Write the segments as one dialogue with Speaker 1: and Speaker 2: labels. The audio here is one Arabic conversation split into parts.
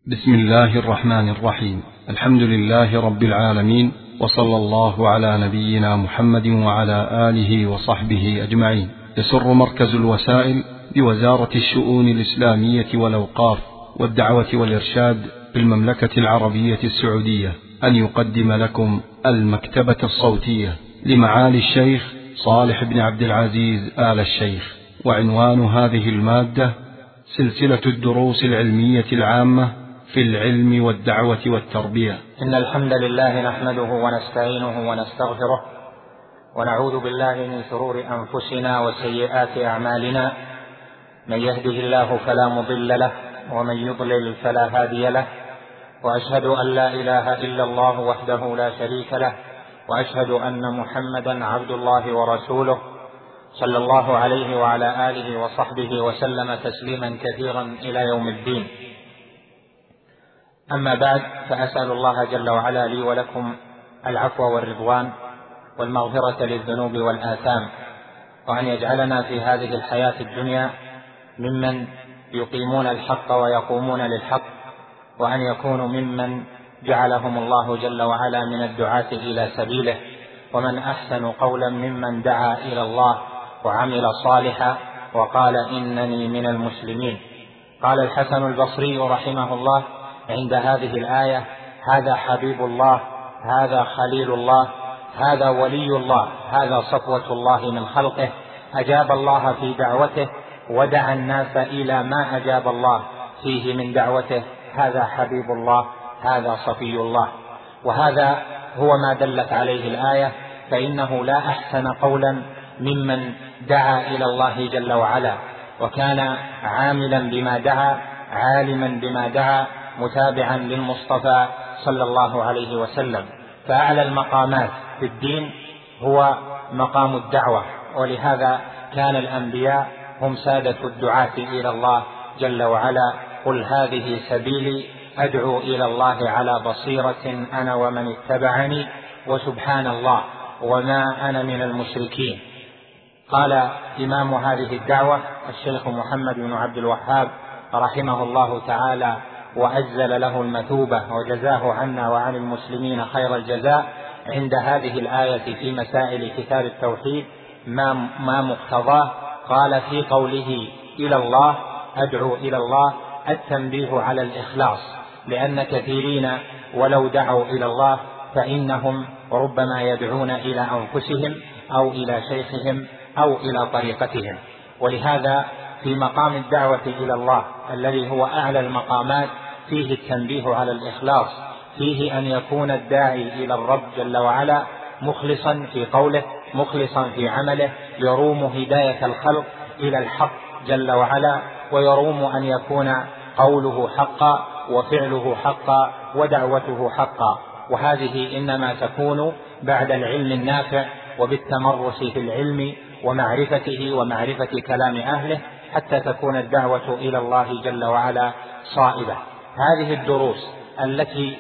Speaker 1: بسم الله الرحمن الرحيم. الحمد لله رب العالمين، وصلى الله على نبينا محمد وعلى آله وصحبه أجمعين. يسر مركز الوسائل بوزارة الشؤون الإسلامية والأوقاف والدعوة والإرشاد بالمملكة العربية السعودية أن يقدم لكم المكتبة الصوتية لمعالي الشيخ صالح بن عبد العزيز آل الشيخ. وعنوان هذه المادة: سلسلة الدروس العلمية العامة في العلم والدعوة والتربية.
Speaker 2: إن الحمد لله نحمده ونستعينه ونستغفره، ونعوذ بالله من شرور أنفسنا وسيئات أعمالنا. من يهده الله فلا مضل له، ومن يضلل فلا هادي له، وأشهد أن لا إله إلا الله وحده لا شريك له، وأشهد أن محمدا عبد الله ورسوله، صلى الله عليه وعلى آله وصحبه وسلم تسليما كثيرا إلى يوم الدين. أما بعد، فأسأل الله جل وعلا لي ولكم العفو والرضوان والمغفرة للذنوب والآثام، وأن يجعلنا في هذه الحياة الدنيا ممن يقيمون الحق ويقومون للحق، وأن يكونوا ممن جعلهم الله جل وعلا من الدعاة إلى سبيله، ومن أحسن قولا ممن دعا إلى الله وعمل صالحا وقال إنني من المسلمين. قال الحسن البصري رحمه الله عند هذه الآية: هذا حبيب الله، هذا خليل الله، هذا ولي الله، هذا صفوة الله من خلقه، أجاب الله في دعوته ودعا الناس إلى ما أجاب الله فيه من دعوته، هذا حبيب الله، هذا صفي الله. وهذا هو ما دلت عليه الآية، فإنه لا أحسن قولا ممن دعا إلى الله جل وعلا، وكان عاملا بما دعا، عالما بما دعا، متابعا للمصطفى صلى الله عليه وسلم. فأعلى المقامات في الدين هو مقام الدعوة، ولهذا كان الأنبياء هم سادة الدعاة إلى الله جل وعلا: قل هذه سبيلي أدعو إلى الله على بصيرة أنا ومن اتبعني وسبحان الله وما أنا من المشركين. قال إمام هذه الدعوة الشيخ محمد بن عبد الوهاب رحمه الله تعالى وأجزل له المثوبة وجزاه عنا وعن المسلمين خير الجزاء عند هذه الآية في مسائل كتاب التوحيد ما مقتضاه. قال في قوله إلى الله أدعو إلى الله التنبيه على الإخلاص، لأن كثيرين ولو دعوا إلى الله فإنهم ربما يدعون إلى أنفسهم أو إلى شيخهم أو إلى طريقتهم. ولهذا في مقام الدعوة إلى الله الذي هو أعلى المقامات فيه التنبيه على الإخلاص، فيه أن يكون الداعي إلى الرب جل وعلا مخلصا في قوله، مخلصا في عمله، يروم هداية الخلق إلى الحق جل وعلا، ويروم أن يكون قوله حقا وفعله حقا ودعوته حقا. وهذه إنما تكون بعد العلم النافع وبالتمرس في العلم ومعرفته ومعرفة كلام أهله، حتى تكون الدعوة إلى الله جل وعلا صائبة. هذه الدروس التي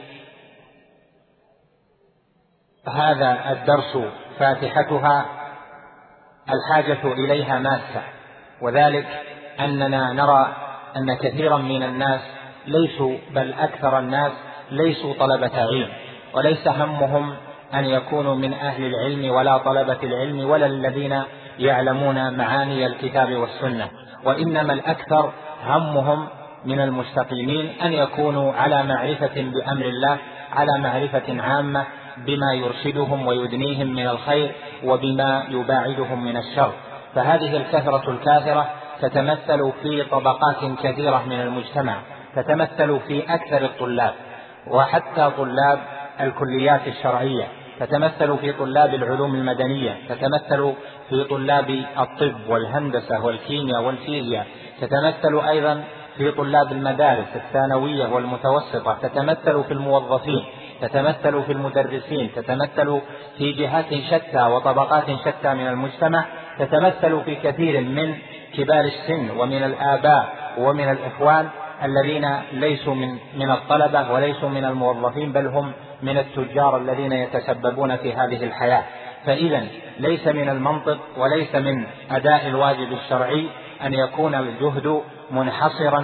Speaker 2: هذا الدرس فاتحتها الحاجة إليها ماسة، وذلك أننا نرى أن كثيرا من الناس ليسوا، بل أكثر الناس ليسوا طلبة علم، وليس همهم أن يكونوا من أهل العلم ولا طلبة العلم ولا الذين يعلمون معاني الكتاب والسنة، وإنما الأكثر همهم من المستقيمين أن يكونوا على معرفة بأمر الله، على معرفة عامة بما يرشدهم ويدنيهم من الخير وبما يباعدهم من الشر. فهذه الكثرة الكاثرة تتمثل في طبقات كثيرة من المجتمع، تتمثل في أكثر الطلاب وحتى طلاب الكليات الشرعية، تتمثل في طلاب العلوم المدنية، تتمثل في طلاب الطب والهندسة والكيمياء والفيزياء، تتمثل أيضا في طلاب المدارس الثانوية والمتوسطة، تتمثل في الموظفين، تتمثل في المدرسين، تتمثل في جهات شتى وطبقات شتى من المجتمع، تتمثل في كثير من كبار السن ومن الآباء ومن الإخوان الذين ليسوا من الطلبة وليسوا من الموظفين، بل هم من التجار الذين يتسببون في هذه الحياة. فإذا ليس من المنطق وليس من أداء الواجب الشرعي أن يكون الجهد منحصرا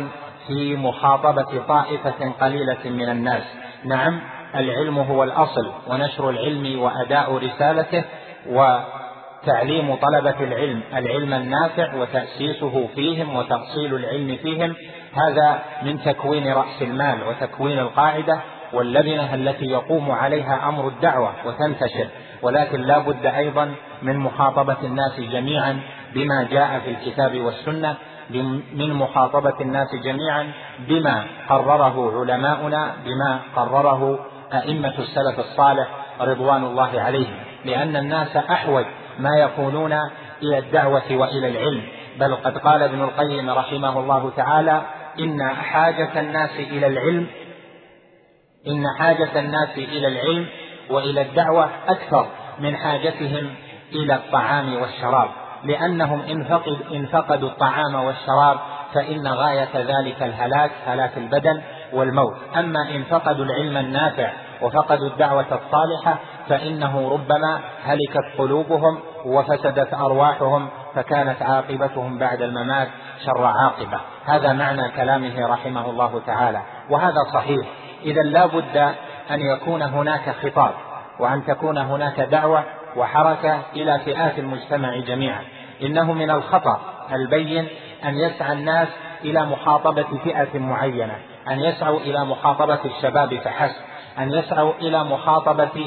Speaker 2: في مخاطبة طائفة قليلة من الناس. نعم، العلم هو الأصل، ونشر العلم وأداء رسالته وتعليم طلبة العلم النافع وتأسيسه فيهم وتأصيل العلم فيهم، هذا من تكوين رأس المال وتكوين القاعدة واللبنة التي يقوم عليها أمر الدعوة وتنتشر. ولكن لا بد أيضا من مخاطبة الناس جميعا بما جاء في الكتاب والسنة، من مخاطبة الناس جميعا بما قرره علماؤنا، بما قرره أئمة السلف الصالح رضوان الله عليهم، لأن الناس أحوج ما يكونون إلى الدعوة وإلى العلم. بل قد قال ابن القيم رحمه الله تعالى: إن حاجة الناس إلى العلم وإلى الدعوة أكثر من حاجتهم إلى الطعام والشراب، لأنهم إن فقدوا الطعام والشراب فإن غاية ذلك الهلاك، هلاك البدن والموت. أما إن فقدوا العلم النافع وفقدوا الدعوة الصالحة فإنه ربما هلكت قلوبهم وفسدت أرواحهم، فكانت عاقبتهم بعد الممات شر عاقبة. هذا معنى كلامه رحمه الله تعالى، وهذا صحيح. إذا لا بد أن يكون هناك خطاب، وأن تكون هناك دعوة وحركة إلى فئات المجتمع جميعا. إنه من الخطأ البين أن يسعى الناس إلى مخاطبة فئة معينة، أن يسعوا إلى مخاطبة الشباب فحسب، أن يسعوا إلى مخاطبة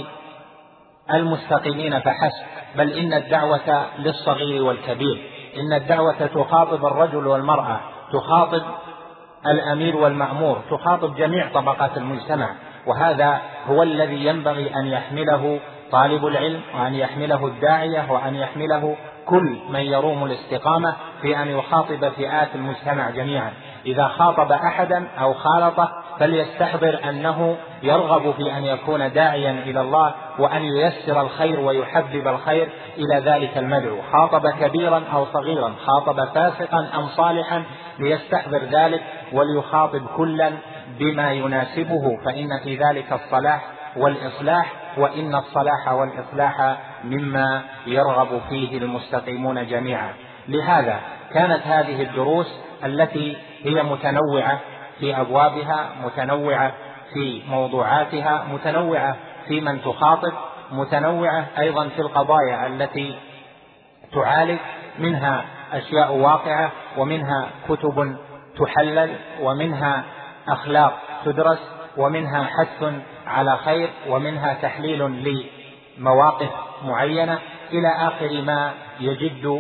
Speaker 2: المستقيمين فحسب، بل إن الدعوة للصغير والكبير، إن الدعوة تخاطب الرجل والمرأة، تخاطب الأمير والمأمور، تخاطب جميع طبقات المجتمع. وهذا هو الذي ينبغي أن يحمله طالب العلم، وأن يحمله الداعية، وأن يحمله كل من يروم الاستقامة في أن يخاطب فئات المجتمع جميعا. إذا خاطب أحدا أو خالطه فليستحضر أنه يرغب في أن يكون داعيا إلى الله، وأن ييسر الخير ويحبب الخير إلى ذلك المدعو. خاطب كبيرا أو صغيرا، خاطب فاسقا أم صالحا، ليستحضر ذلك وليخاطب كلا بما يناسبه، فإن في ذلك الصلاح والإصلاح، وإن الصلاح والإصلاح مما يرغب فيه المستقيمون جميعا. لهذا كانت هذه الدروس التي هي متنوعة في أبوابها، متنوعة في موضوعاتها، متنوعة في من تخاطب، متنوعة أيضا في القضايا التي تعالج، منها أشياء واقعة، ومنها كتب تحلل، ومنها أخلاق تدرس، ومنها حث على خير، ومنها تحليل لمواقف معينة، إلى آخر ما يجد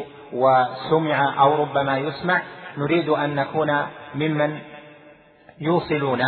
Speaker 2: وسمع أو ربما يسمع. نريد أن نكون ممن يوصلون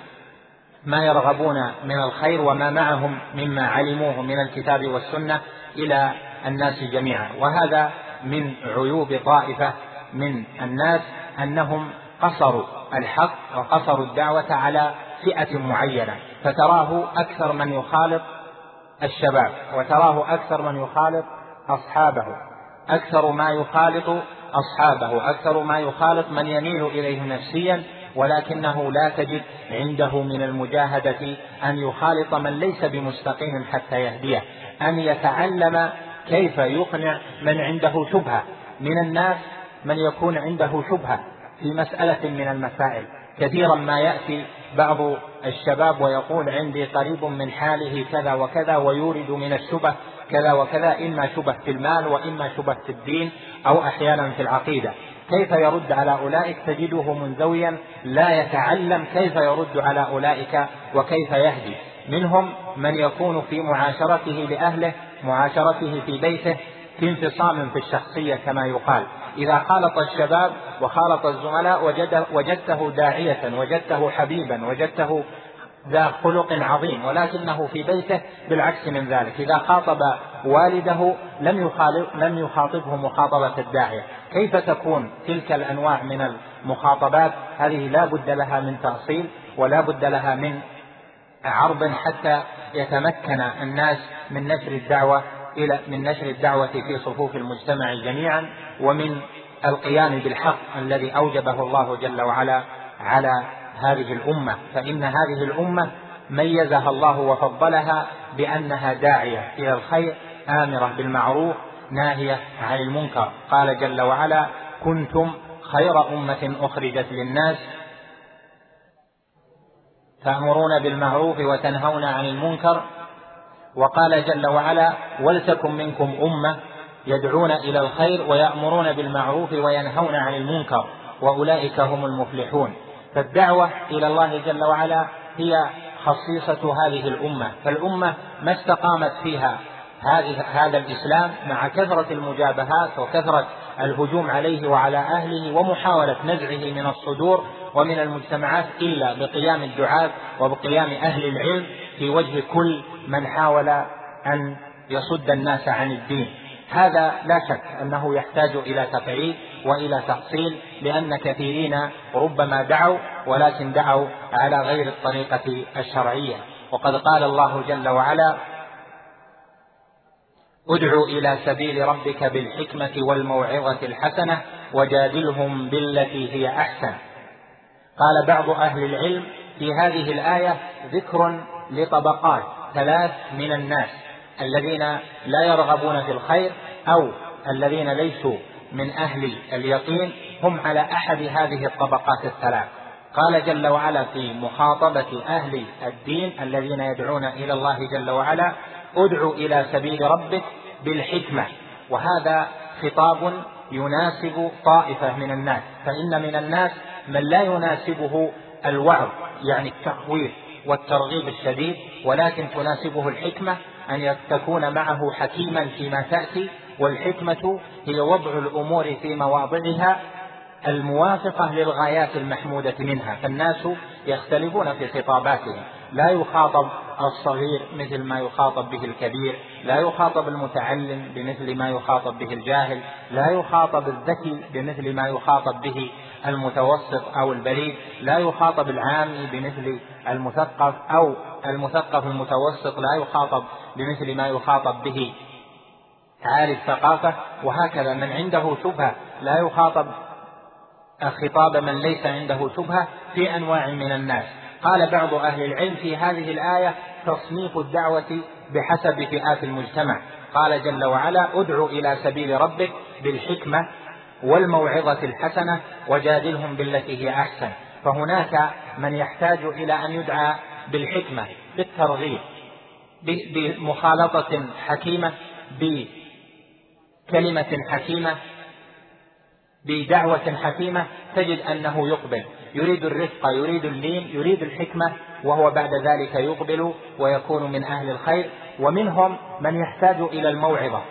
Speaker 2: ما يرغبون من الخير وما معهم مما علموه من الكتاب والسنة إلى الناس جميعا. وهذا من عيوب طائفة من الناس، أنهم قصروا الحق وقصروا الدعوة على فئة معينة، فتراه أكثر من يخالط الشباب، وتراه أكثر من يخالط أصحابه، أكثر ما يخالط أصحابه، أكثر ما يخالط من يميل إليه نفسيا، ولكنه لا تجد عنده من المجاهدة أن يخالط من ليس بمستقيم حتى يهديه، أن يتعلم كيف يقنع من عنده شبهة. من الناس من يكون عنده شبهة في مسألة من المسائل، كثيرا ما يأتي بعض الشباب ويقول: عندي قريب من حاله كذا وكذا، ويورد من الشبه كذا وكذا، إما شبه في المال، وإما شبه في الدين، أو أحيانا في العقيدة. كيف يرد على أولئك؟ تجده منزويا لا يتعلم كيف يرد على أولئك وكيف يهدي. منهم من يكون في معاشرته لأهله، معاشرته في بيته، في انفصام في الشخصية كما يقال. إذا خالط الشباب وخالط الزملاء وجدته داعية، وجدته حبيبا، وجدته ذا خلق عظيم، ولكنه في بيته بالعكس من ذلك. إذا خاطب والده لم يخاطبه مخاطبة الداعية. كيف تكون تلك الأنواع من المخاطبات؟ هذه لا بد لها من تأصيل، ولا بد لها من عرض حتى يتمكن الناس من نشر الدعوة في صفوف المجتمع جميعا، ومن القيام بالحق الذي أوجبه الله جل وعلا على هذه الأمة. فإن هذه الأمة ميزها الله وفضلها بأنها داعية إلى الخير، آمرة بالمعروف، ناهية عن المنكر. قال جل وعلا: كنتم خير أمة أخرجت للناس تأمرون بالمعروف وتنهون عن المنكر. وقال جل وعلا: ولتكن منكم أمة يدعون إلى الخير ويأمرون بالمعروف وينهون عن المنكر وأولئك هم المفلحون. فالدعوة إلى الله جل وعلا هي خصيصة هذه الأمة، فالأمة ما استقامت فيها هذا الإسلام مع كثرة المجابهات وكثرة الهجوم عليه وعلى أهله ومحاولة نزعه من الصدور ومن المجتمعات إلا بقيام الدعاة وبقيام أهل العلم في وجه كل من حاول أن يصد الناس عن الدين. هذا لا شك أنه يحتاج إلى تفعيل وإلى تحصيل، لأن كثيرين ربما دعوا ولكن دعوا على غير الطريقة الشرعية. وقد قال الله جل وعلا: ادع إلى سبيل ربك بالحكمة والموعظة الحسنة وجادلهم بالتي هي أحسن. قال بعض أهل العلم في هذه الآية ذكر لطبقات ثلاث من الناس: الذين لا يرغبون في الخير أو الذين ليسوا من أهل اليقين، هم على أحد هذه الطبقات الثلاث. قال جل وعلا في مخاطبة أهل الدين الذين يدعون إلى الله جل وعلا: ادع إلى سبيل ربك بالحكمة. وهذا خطاب يناسب طائفة من الناس، فإن من الناس من لا يناسبه الوعظ يعني التخويف والترغيب الشديد، ولكن تناسبه الحكمة، أن تكون معه حكيما فيما تأتي. والحكمة هي وضع الأمور في مواضعها الموافقة للغايات المحمودة منها. فالناس يختلفون في خطاباتهم، لا يخاطب الصغير مثل ما يخاطب به الكبير، لا يخاطب المتعلم بمثل ما يخاطب به الجاهل، لا يخاطب الذكي بمثل ما يخاطب به المتوسط أو البليد، لا يخاطب العامي بمثل المثقف، أو المثقف المتوسط لا يخاطب بمثل ما يخاطب به عالي الثقافة. وهكذا من عنده شبهة لا يخاطب خطاب من ليس عنده شبهة في أنواع من الناس. قال بعض أهل العلم في هذه الآية تصنيف الدعوة بحسب فئات المجتمع. قال جل وعلا: ادع إلى سبيل ربك بالحكمة والموعظة الحسنة وجادلهم بالتي هي أحسن. فهناك من يحتاج إلى أن يدعى بالحكمة، بالترغيب، بمخالطة حكيمة، بكلمة حكيمة، بدعوة حكيمة، تجد أنه يقبل، يريد الرفق، يريد اللين، يريد الحكمة، وهو بعد ذلك يقبل ويكون من أهل الخير. ومنهم من يحتاج إلى الموعظة،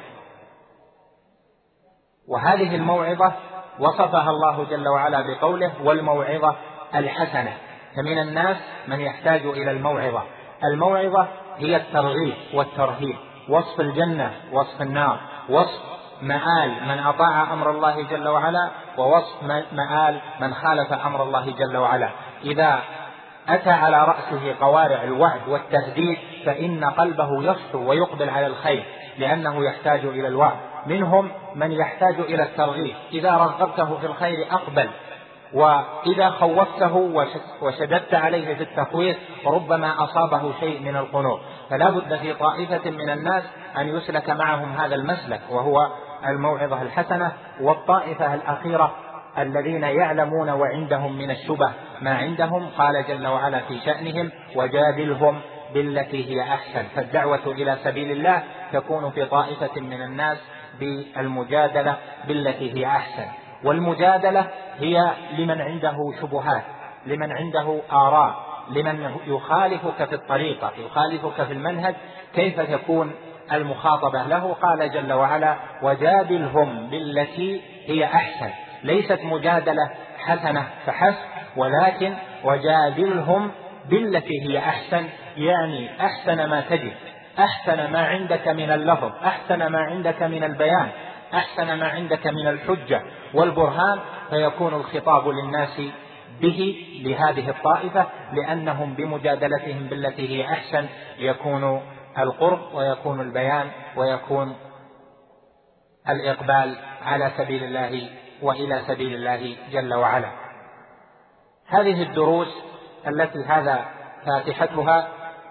Speaker 2: وهذه الموعظة وصفها الله جل وعلا بقوله: والموعظة الحسنة. فمن الناس من يحتاج إلى الموعظة. الموعظة هي الترغيب والترهيب، وصف الجنة، وصف النار، وصف مآل من أطاع أمر الله جل وعلا، ووصف مآل من خالف أمر الله جل وعلا. إذا أتى على رأسه قوارع الوعد والتهديد فإن قلبه يصحو ويقبل على الخير، لأنه يحتاج إلى الوعد. منهم من يحتاج إلى الترغيب، إذا رغبته في الخير أقبل، وإذا خوفته وشددت عليه في التخويف ربما أصابه شيء من القنوط. فلا بد في طائفة من الناس أن يسلك معهم هذا المسلك، وهو الموعظة الحسنة. والطائفة الأخيرة الذين يعلمون وعندهم من الشبه ما عندهم، قال جل وعلا في شأنهم: وجادلهم بالتي هي أحسن. فالدعوة إلى سبيل الله تكون في طائفة من الناس بالمجادلة بالتي هي أحسن. والمجادلة هي لمن عنده شبهات، لمن عنده آراء، لمن يخالفك في الطريقة، يخالفك في المنهج، كيف تكون المخاطبة له؟ قال جل وعلا: وجادلهم بالتي هي أحسن. ليست مجادلة حسنة فحسب، ولكن وجادلهم بالتي هي أحسن، يعني أحسن ما تجد، أحسن ما عندك من اللفظ، أحسن ما عندك من البيان، أحسن ما عندك من الحجة والبرهان، فيكون الخطاب للناس به لهذه الطائفة، لأنهم بمجادلتهم بالتي هي أحسن يكون القرب ويكون البيان ويكون الإقبال على سبيل الله وإلى سبيل الله جل وعلا. هذه الدروس التي هذا فاتحتها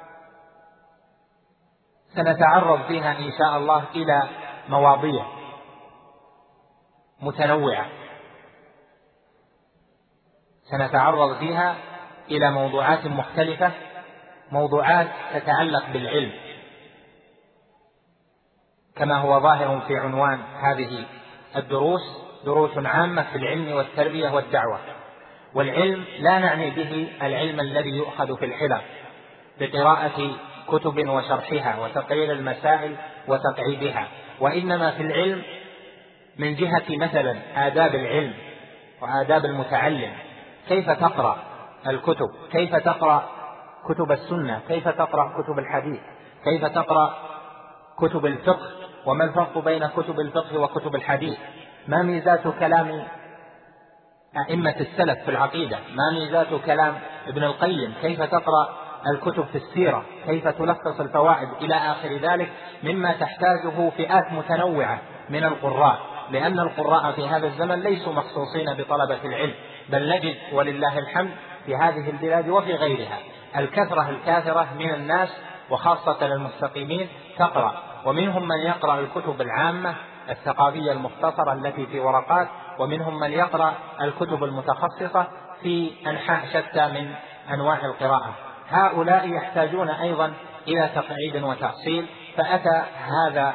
Speaker 2: سنتعرض فيها إن شاء الله إلى مواضيع متنوعة، سنتعرض فيها إلى موضوعات مختلفة، موضوعات تتعلق بالعلم كما هو ظاهر في عنوان هذه الدروس: دروس عامة في العلم والتربية والدعوة. والعلم لا نعني به العلم الذي يؤخذ في الحلق بقراءة كتب وشرحها وتقرير المسائل وتقعيدها، وإنما في العلم من جهة مثلا آداب العلم وآداب المتعلم، كيف تقرأ الكتب، كيف تقرأ كتب السنة، كيف تقرأ كتب الحديث، كيف تقرأ كتب الفقه، وما الفرق بين كتب الفقه وكتب الحديث، ما ميزات كلام أئمة السلف في العقيدة، ما ميزات كلام ابن القيم، كيف تقرأ الكتب في السيرة، كيف تلخص الفوائد، إلى آخر ذلك مما تحتاجه فئات متنوعة من القراء، لأن القراء في هذا الزمن ليسوا مخصوصين بطلبة العلم، بل نجد ولله الحمد في هذه البلاد وفي غيرها الكثرة الكاثرة من الناس وخاصة المستقيمين تقرأ، ومنهم من يقرأ الكتب العامة الثقافية المختصرة التي في ورقات، ومنهم من يقرأ الكتب المتخصصة في أنحاء شتى من أنواع القراءة. هؤلاء يحتاجون أيضا إلى تقعيد وتأصيل، فأتى هذا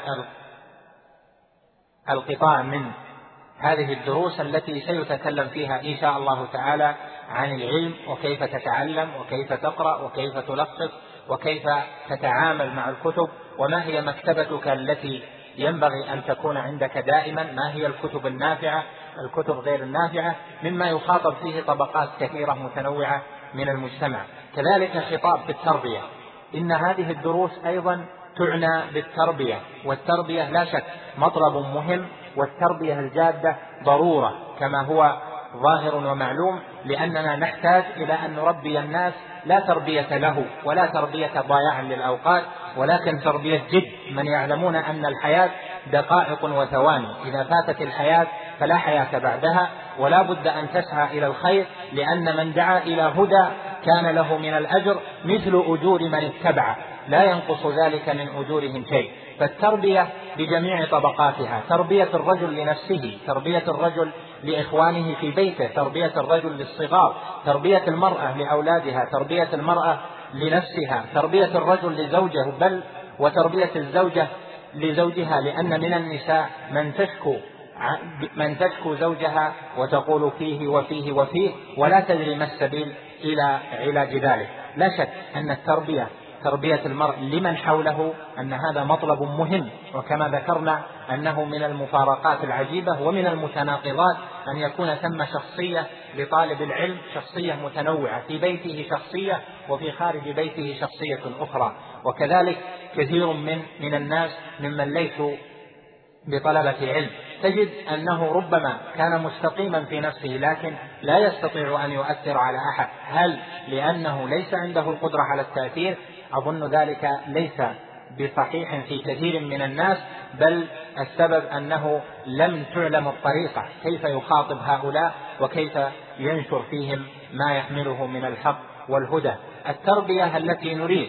Speaker 2: القطاع من هذه الدروس التي سيتكلم فيها إن شاء الله تعالى عن العلم، وكيف تتعلم، وكيف تقرأ، وكيف تلخص، وكيف تتعامل مع الكتب، وما هي مكتبتك التي ينبغي أن تكون عندك دائما، ما هي الكتب النافعة، الكتب غير النافعة، مما يخاطب فيه طبقات كثيرة متنوعة من المجتمع. كذلك خطاب في التربية، إن هذه الدروس أيضا تعنى بالتربية، والتربية لا شك مطلب مهم، والتربية الجادة ضرورة كما هو ظاهر ومعلوم، لأننا نحتاج إلى أن نربي الناس لا تربية له ولا تربية ضياع للأوقات، ولكن تربية جد، من يعلمون أن الحياة دقائق وثواني، إذا فاتت الحياة فلا حياة بعدها، ولا بد أن تسعى إلى الخير، لأن من دعا إلى هدى كان له من الأجر مثل أجور من اتبعه، لا ينقص ذلك من أجورهم شيء. فالتربية بجميع طبقاتها، تربية الرجل لنفسه، تربية الرجل لإخوانه في بيته، تربية الرجل للصغار، تربية المرأة لأولادها، تربية المرأة لنفسها، تربية الرجل لزوجه، بل وتربية الزوجة لزوجها، لأن من النساء من تشكو زوجها وتقول فيه وفيه وفيه ولا تدري ما السبيل إلى علاج ذلك. لا شك أن التربية، تربية المرء لمن حوله، أن هذا مطلب مهم، وكما ذكرنا أنه من المفارقات العجيبة ومن المتناقضات أن يكون ثم شخصية لطالب العلم، شخصية متنوعة، في بيته شخصية وفي خارج بيته شخصية أخرى. وكذلك كثير من الناس ممن ليسوا بطلبة علم تجد أنه ربما كان مستقيما في نفسه لكن لا يستطيع أن يؤثر على أحد. هل لأنه ليس عنده القدرة على التأثير؟ أظن ذلك ليس بصحيح في كثير من الناس، بل السبب أنه لم تعلم الطريقة كيف يخاطب هؤلاء وكيف ينشر فيهم ما يحمله من الحق والهدى. التربية التي نريد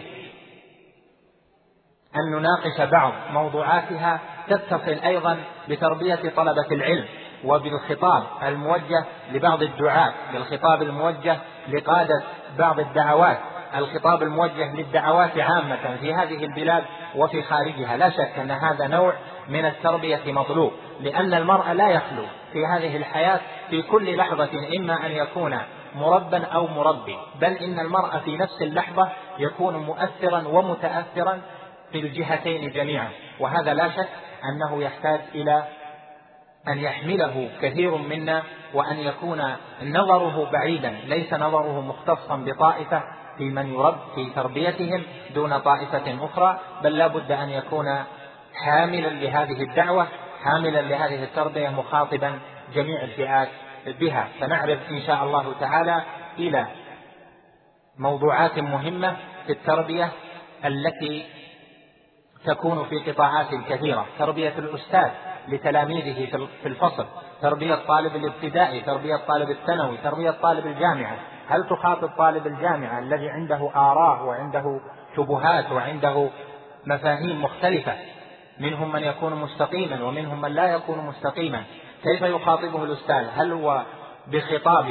Speaker 2: أن نناقش بعض موضوعاتها تتصل أيضا بتربية طلبة العلم، وبالخطاب الموجه لبعض الدعاة، بالخطاب الموجه لقادة بعض الدعوات، الخطاب الموجه للدعوات عامة في هذه البلاد وفي خارجها. لا شك أن هذا نوع من التربية مطلوب، لأن المرء لا يخلو في هذه الحياة في كل لحظة إما أن يكون مربا أو مربي، بل إن المرء في نفس اللحظة يكون مؤثرا ومتأثرا في الجهتين جميعا، وهذا لا شك أنه يحتاج إلى أن يحمله كثير منا، وأن يكون نظره بعيدا، ليس نظره مختصا بطائفة في من يرب في تربيتهم دون طائفة أخرى، بل لا بد أن يكون حاملا لهذه الدعوة، حاملا لهذه التربية، مخاطبا جميع الفئات بها. فنعرض إن شاء الله تعالى إلى موضوعات مهمة في التربية التي تكون في قطاعات كثيرة: تربية الأستاذ لتلاميذه في الفصل، تربية طالب الابتدائي، تربية طالب الثانوي، تربية طالب الجامعة. هل تخاطب طالب الجامعة الذي عنده آراء وعنده شبهات وعنده مفاهيم مختلفة، منهم من يكون مستقيما ومنهم من لا يكون مستقيما؟ كيف يخاطبه الأستاذ؟ هل هو بخطاب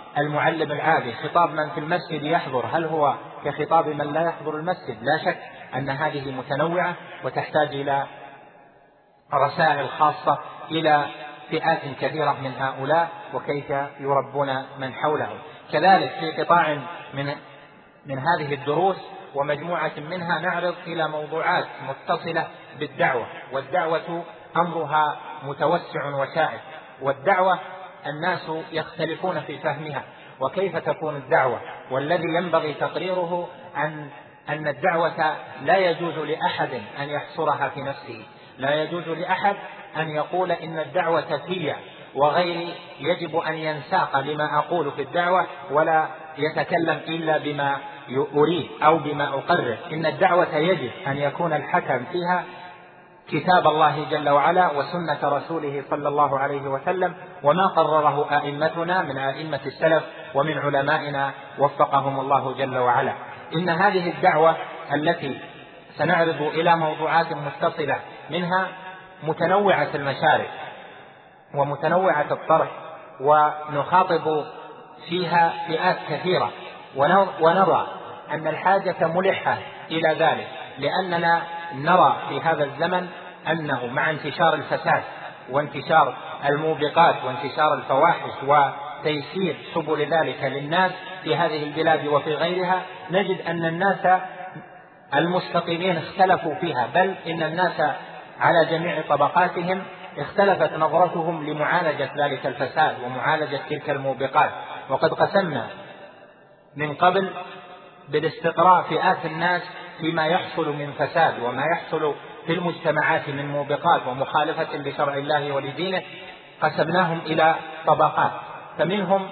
Speaker 2: المعلم العادي، خطاب من في المسجد يحضر، هل هو كخطاب من لا يحضر المسجد؟ لا شك أن هذه متنوعة وتحتاج إلى رسائل خاصة إلى فئات كثيرة من هؤلاء وكيف يربون من حولهم. كذلك في قطاع من هذه الدروس ومجموعة منها نعرض إلى موضوعات متصلة بالدعوة، والدعوة أمرها متوسع وشائك، والدعوة الناس يختلفون في فهمها وكيف تكون الدعوة، والذي ينبغي تقريره أن الدعوة لا يجوز لأحد أن يحصرها في نفسه، لا يجوز لأحد أن يقول إن الدعوة في وغيري يجب أن ينساق لما أقول في الدعوة ولا يتكلم إلا بما أريد أو بما أقرر. إن الدعوة يجب أن يكون الحكم فيها كتاب الله جل وعلا وسنة رسوله صلى الله عليه وسلم وما قرره أئمتنا من أئمة السلف ومن علمائنا وفقهم الله جل وعلا. إن هذه الدعوة التي سنعرض إلى موضوعات متصلة منها متنوعة المشارب ومتنوعة الطرح، ونخاطب فيها فئات كثيرة، ونرى أن الحاجة ملحة إلى ذلك، لأننا نرى في هذا الزمن أنه مع انتشار الفساد وانتشار الموبقات وانتشار الفواحش وتيسير سبل ذلك للناس في هذه البلاد وفي غيرها، نجد أن الناس المستقيمين اختلفوا فيها، بل إن الناس على جميع طبقاتهم اختلفت نظرتهم لمعالجة ذلك الفساد ومعالجة تلك الموبقات. وقد قسمنا من قبل بالاستقراء فئات الناس فيما يحصل من فساد وما يحصل في المجتمعات من موبقات ومخالفة لشرع الله ولدينه، قسمناهم إلى طبقات، فمنهم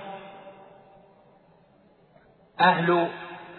Speaker 2: أهل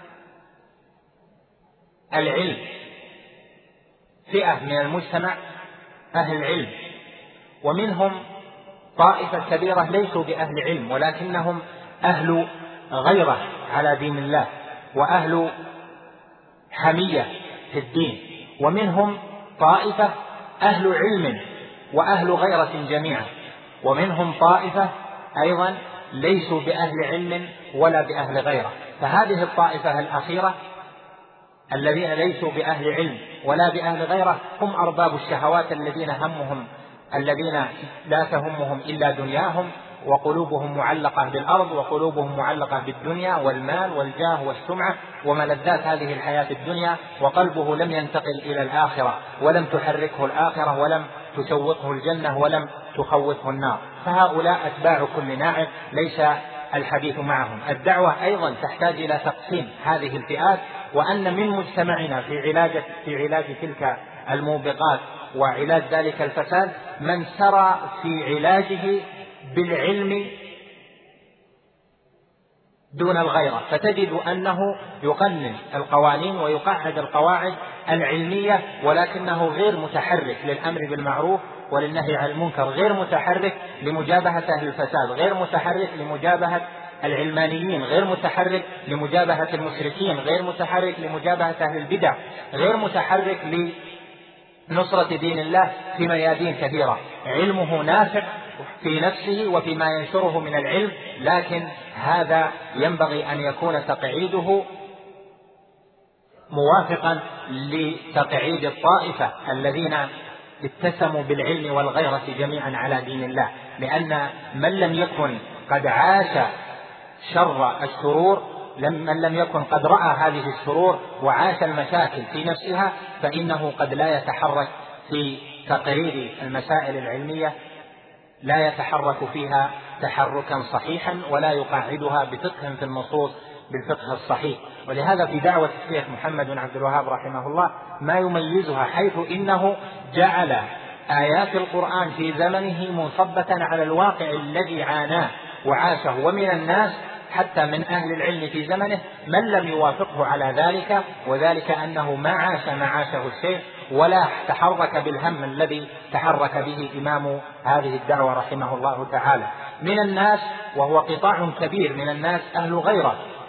Speaker 2: العلم، فئة من المجتمع أهل العلم، ومنهم طائفة كبيرة ليسوا بأهل علم ولكنهم أهل غيرة على دين الله وأهل حمية في الدين، ومنهم طائفة أهل علم وأهل غيرة جميعا، ومنهم طائفة أيضا ليسوا بأهل علم ولا بأهل غيرة. فهذه الطائفة الأخيرة الذين ليسوا بأهل علم ولا بأهل غيرة هم أرباب الشهوات الذين لا تهمهم إلا دنياهم، وقلوبهم معلقة بالأرض وقلوبهم معلقة بالدنيا والمال والجاه والسمعة وملذات هذه الحياة الدنيا، وقلبه لم ينتقل إلى الآخرة ولم تحركه الآخرة ولم تشوقه الجنة ولم تخوفه النار. فهؤلاء أتباع كل ناعم ليس الحديث معهم. الدعوة أيضا تحتاج إلى تقسيم هذه الفئات، وأن من مجتمعنا في علاج تلك الموبقات وعلاج ذلك الفساد من سرى في علاجه بالعلم دون الغيرة، فتجد أنه يقنن القوانين ويقعد القواعد العلمية ولكنه غير متحرك للأمر بالمعروف وللنهي عن المنكر، غير متحرك لمجابهة أهل الفساد، غير متحرك لمجابهة العلمانيين، غير متحرك لمجابهة المشركين، غير متحرك لمجابهة أهل البدع، غير متحرك لنصرة دين الله في ميادين كثيرة. علمه نافع في نفسه وفيما ينشره من العلم، لكن هذا ينبغي أن يكون تقعيده موافقا لتقعيد الطائفة الذين اتسموا بالعلم والغيرة جميعا على دين الله، لأن من لم يكن قد عاش شر الشرور، من لم يكن قد رأى هذه الشرور وعاش المشاكل في نفسها، فإنه قد لا يتحرك في تقرير المسائل العلمية، لا يتحرك فيها تحركا صحيحا ولا يقاعدها بفقه في النصوص بالفقه الصحيح. ولهذا في دعوة الشيخ محمد بن عبد الوهاب رحمه الله ما يميزها، حيث إنه جعل آيات القرآن في زمنه منصبة على الواقع الذي عاناه وعاشه، ومن الناس حتى من أهل العلم في زمنه من لم يوافقه على ذلك، وذلك أنه ما عاش ما عاشه الشيخ ولا تحرك بالهم الذي تحرك به إمام هذه الدعوة رحمه الله تعالى. من الناس، وهو قطاع كبير من الناس، أهل غيرة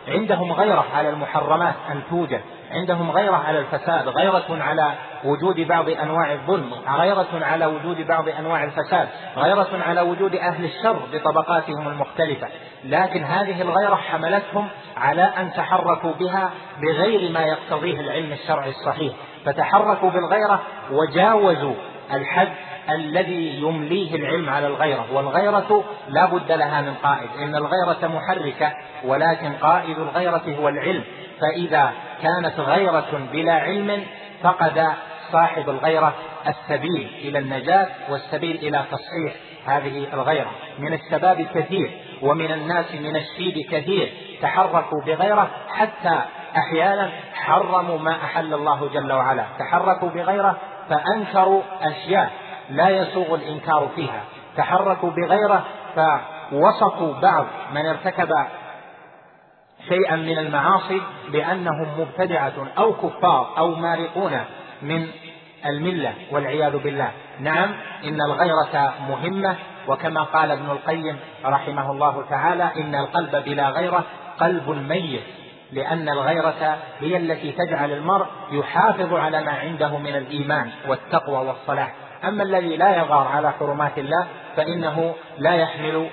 Speaker 2: عندهم غيرة على المحرمات أن توجد، عندهم غيرة على الفساد، غيرة على وجود بعض أنواع الظلم، غيرة على وجود بعض أنواع الفساد، غيرة على وجود أهل الشر بطبقاتهم المختلفة. لكن هذه الغيرة حملتهم على أن تحركوا بها بغير ما يقتضيه العلم الشرعي الصحيح، فتحركوا بالغيرة وجاوزوا الحد الذي يمليه العلم على الغيرة. والغيرة لا بد لها من قائد، إن الغيرة محركة ولكن قائد الغيرة هو العلم. فإذا كانت غيرة بلا علم فقد صاحب الغيرة السبيل إلى النجاة والسبيل إلى تصحيح هذه الغيرة. من الشباب كثير ومن الناس من الشيب كثير تحركوا بغيرة حتى أحيانا حرموا ما أحل الله جل وعلا، تحركوا بغيرة فأنكروا أشياء لا يسوغ الإنكار فيها، تحركوا بغيره فوصفوا بعض من ارتكب شيئا من المعاصي بأنهم مبتدعة أو كفار أو مارقون من الملة والعياذ بالله. نعم، إن الغيرة مهمة، وكما قال ابن القيم رحمه الله تعالى: إن القلب بلا غيرة قلب ميت، لأن الغيرة هي التي تجعل المرء يحافظ على ما عنده من الإيمان والتقوى والصلاح. أما الذي لا يغار على حرمات الله فإنه لا يحمل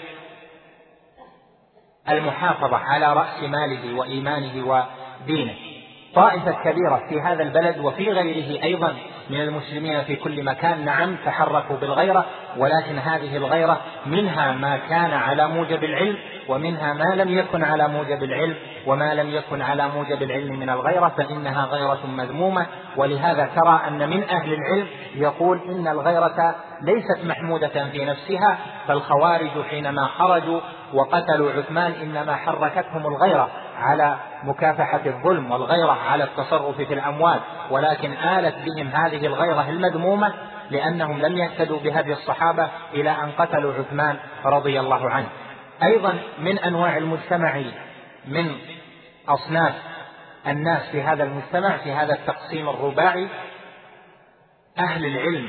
Speaker 2: المحافظة على رأس ماله وإيمانه ودينه. طائفة كبيرة في هذا البلد وفي غيره أيضا من المسلمين في كل مكان نعم تحركوا بالغيرة، ولكن هذه الغيرة منها ما كان على موجب العلم ومنها ما لم يكن على موجب العلم، وما لم يكن على موجب العلم من الغيرة فإنها غيرة مذمومة. ولهذا ترى أن من أهل العلم يقول إن الغيرة ليست محمودة في نفسها، فالخوارج حينما خرجوا وقتلوا عثمان إنما حركتهم الغيرة على مكافحة الظلم والغيرة على التصرف في الأموال، ولكن آلت بهم هذه الغيرة المذمومة لأنهم لم يهتدوا بهدي الصحابة إلى أن قتلوا عثمان رضي الله عنه. أيضا من أنواع المجتمع من أصناف الناس في هذا المجتمع في هذا التقسيم الرباعي أهل العلم،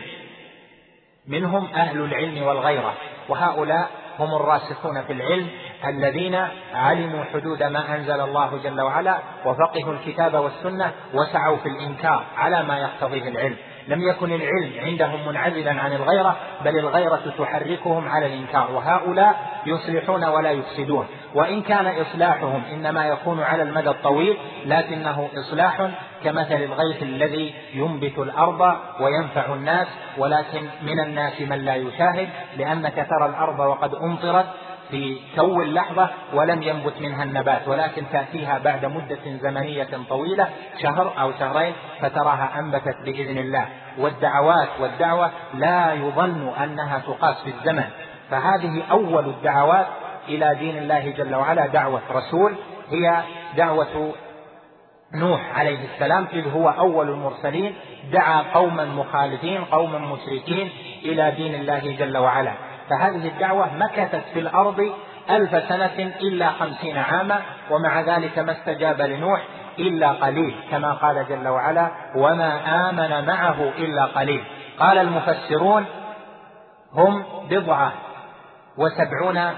Speaker 2: منهم أهل العلم والغيرة، وهؤلاء هم الراسخون في العلم الذين علموا حدود ما أنزل الله جل وعلا وفقهوا الكتاب والسنة وسعوا في الإنكار على ما يقتضيه العلم. لم يكن العلم عندهم منعزلا عن الغيرة، بل الغيرة تحركهم على الإنكار، وهؤلاء يصلحون ولا يفسدون، وإن كان إصلاحهم إنما يكون على المدى الطويل، لكنه إصلاح كمثل الغيث الذي ينبت الأرض وينفع الناس، ولكن من الناس من لا يشاهد، لأنك ترى الأرض وقد أمطرت في تو اللحظة ولم ينبت منها النبات، ولكن تأتيها بعد مدة زمنية طويلة شهر أو شهرين فتراها أنبتت بإذن الله. والدعوة لا يظن أنها تقاس بالزمن، فهذه أول الدعوات إلى دين الله جل وعلا دعوة رسول، هي دعوة نوح عليه السلام، إذ هو أول المرسلين دعا قوما مخالفين قوما مشركين إلى دين الله جل وعلا. فهذه الدعوة مكثت في الأرض 1000 سنة إلا 50 عاما، ومع ذلك ما استجاب لنوح إلا قليل، كما قال جل وعلا: وما آمن معه إلا قليل. قال المفسرون: هم 79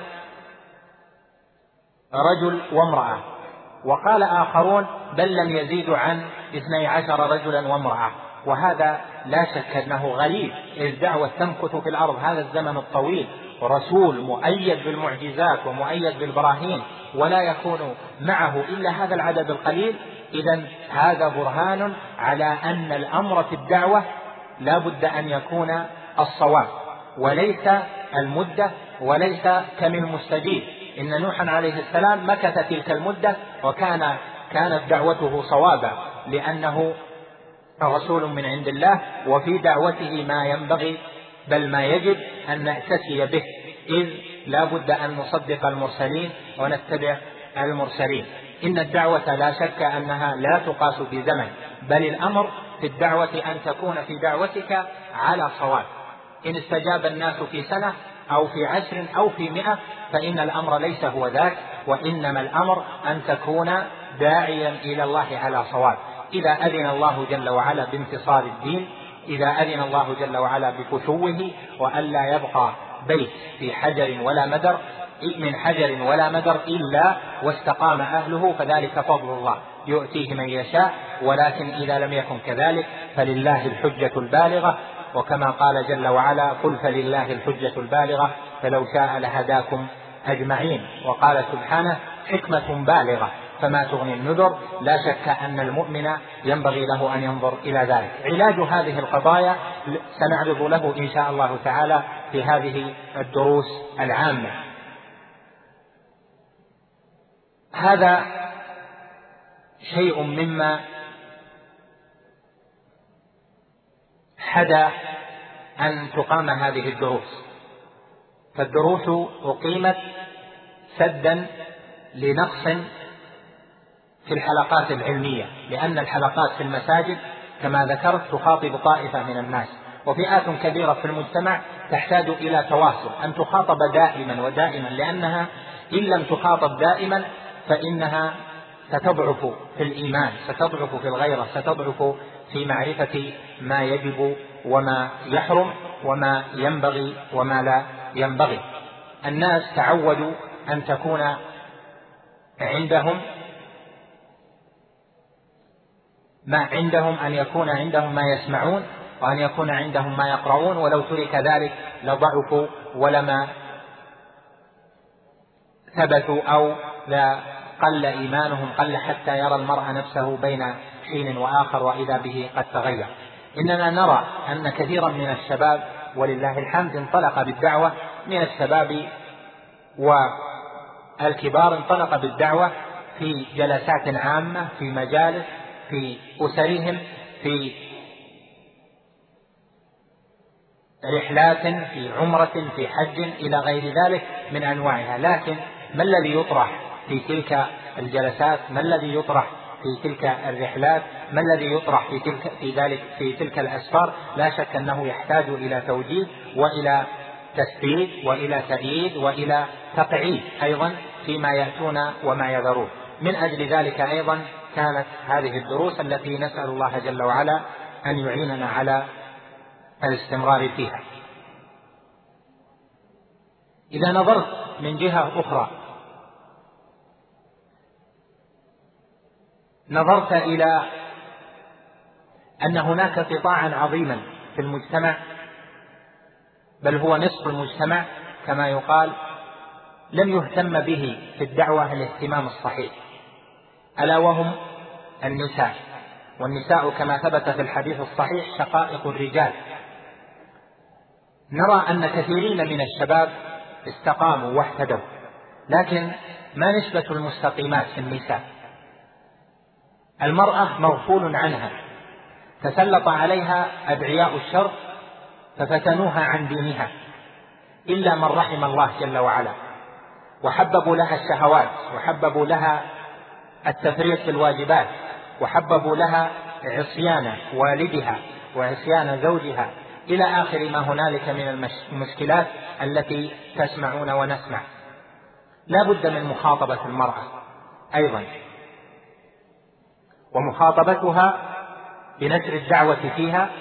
Speaker 2: رجل وامرأة، وقال آخرون: بل لم يزيدوا عن 12 رجلا وامرأة. وهذا لا شك أنه غريب، إذ دعوة تمكث في الأرض هذا الزمن الطويل، ورسول مؤيد بالمعجزات ومؤيد بالبراهين ولا يكون معه إلا هذا العدد القليل. إذن هذا برهان على أن الأمر في الدعوة لا بد أن يكون الصواب وليس المدة، وليس كم المستجيب. إن نوحا عليه السلام مكث تلك المدة وكانت دعوته صوابا، لأنه رسول من عند الله، وفي دعوته ما ينبغي بل ما يجب أن نأتسي به، إذ لا بد أن نصدق المرسلين ونتبع المرسلين. إن الدعوة لا شك أنها لا تقاس بزمن، بل الأمر في الدعوة أن تكون في دعوتك على صواب. إن استجاب الناس في سنة أو في 10 أو في 100 فإن الأمر ليس هو ذاك، وإنما الأمر أن تكون داعيا إلى الله على صواب. إذا أذن الله جل وعلا بانتصار الدين، إذا أذن الله جل وعلا بفتوه وألا يبقى بيت في حجر ولا مدر من حجر ولا مدر إلا واستقام أهله، فذلك فضل الله يؤتيه من يشاء، ولكن إذا لم يكن كذلك فلله الحجة البالغة. وكما قال جل وعلا: قل فلله الحجة البالغة فلو شاء لهداكم أجمعين. وقال سبحانه: حكمة بالغة فما تغني النذر. لا شك أن المؤمن ينبغي له أن ينظر إلى ذلك. علاج هذه القضايا سنعرض له إن شاء الله تعالى في هذه الدروس العامة. هذا شيء مما حدا أن تقام هذه الدروس. فالدروس أقيمت سدا لنقص في الحلقات العلمية، لأن الحلقات في المساجد كما ذكرت تخاطب طائفة من الناس، وفئات كبيرة في المجتمع تحتاج إلى تواصل، أن تخاطب دائما ودائما، لأنها إن لم تخاطب دائما فإنها ستضعف في الإيمان، ستضعف في الغيرة، ستضعف في معرفة ما يجب وما يحرم وما ينبغي وما لا ينبغي. الناس تعودوا أن تكون عندهم أن يكون عندهم ما يسمعون، وأن يكون عندهم ما يقرؤون، ولو ترك ذلك لضعفوا ولما ثبتوا أو لا قل إيمانهم، قل حتى يرى المرء نفسه بين حين وآخر وإذا به قد تغير. إننا نرى أن كثيرا من الشباب ولله الحمد انطلق بالدعوة، من الشباب والكبار انطلق بالدعوة في جلسات عامة، في مجالس، في أسرهم، في رحلات، في عمرة، في حج، إلى غير ذلك من أنواعها. لكن ما الذي يطرح في تلك الجلسات؟ ما الذي يطرح في تلك الرحلات؟ ما الذي يطرح في تلك الأسفار؟ لا شك أنه يحتاج إلى توجيه وإلى تثبيت وإلى تأييد وإلى تقعيد أيضا فيما يأتون وما يذرون. من أجل ذلك أيضا كانت هذه الدروس التي نسأل الله جل وعلا أن يعيننا على الاستمرار فيها. إذا نظرت من جهة أخرى، نظرت إلى أن هناك قطاعا عظيما في المجتمع، بل هو نصف المجتمع كما يقال، لم يهتم به في الدعوة الاهتمام الصحيح، ألا وهم النساء. والنساء كما ثبت في الحديث الصحيح شقائق الرجال. نرى أن كثيرين من الشباب استقاموا واهتدوا، لكن ما نسبة المستقيمات في النساء؟ المرأة مغفول عنها، تسلط عليها أدعياء الشر ففتنوها عن دينها، إلا من رحم الله جل وعلا، وحببوا لها الشهوات، وحببوا لها التفريط في الواجبات، وحببوا لها عصيان والدها وعصيان زوجها، إلى آخر ما هنالك من المشكلات التي تسمعون ونسمع. لا بد من مخاطبة المرأة أيضا، ومخاطبتها بنشر الدعوة فيها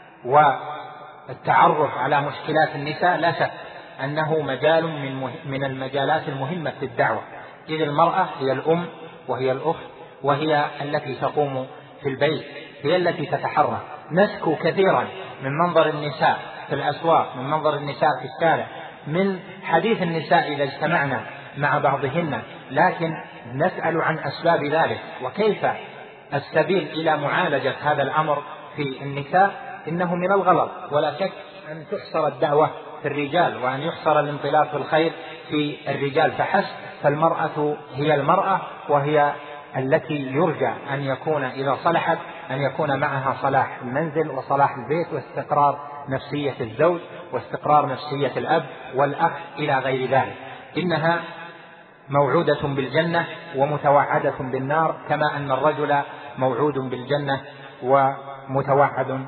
Speaker 2: والتعرف على مشكلات النساء. لا شك أنه مجال من المجالات المهمة في الدعوة، إذ المرأة هي الأم وهي الأخت وهي التي تقوم في البيت، هي التي تتحرك. نسكو كثيرا من منظر النساء في الأسواق، من منظر النساء في الشارع، من حديث النساء إذا اجتمعنا مع بعضهن، لكن نسأل عن أسباب ذلك وكيف السبيل إلى معالجة هذا الأمر في النساء. إنه من الغلط ولا شك أن تحصر الدعوة في الرجال، وأن يحصر الانطلاق في الخير في الرجال فحسب. فالمرأة هي المرأة، وهي التي يرجى أن يكون إذا صلحت أن يكون معها صلاح المنزل وصلاح البيت واستقرار نفسية الزوج واستقرار نفسية الأب والأخ إلى غير ذلك. إنها موعودة بالجنة ومتوعدة بالنار، كما أن الرجل موعود بالجنة ومتوعد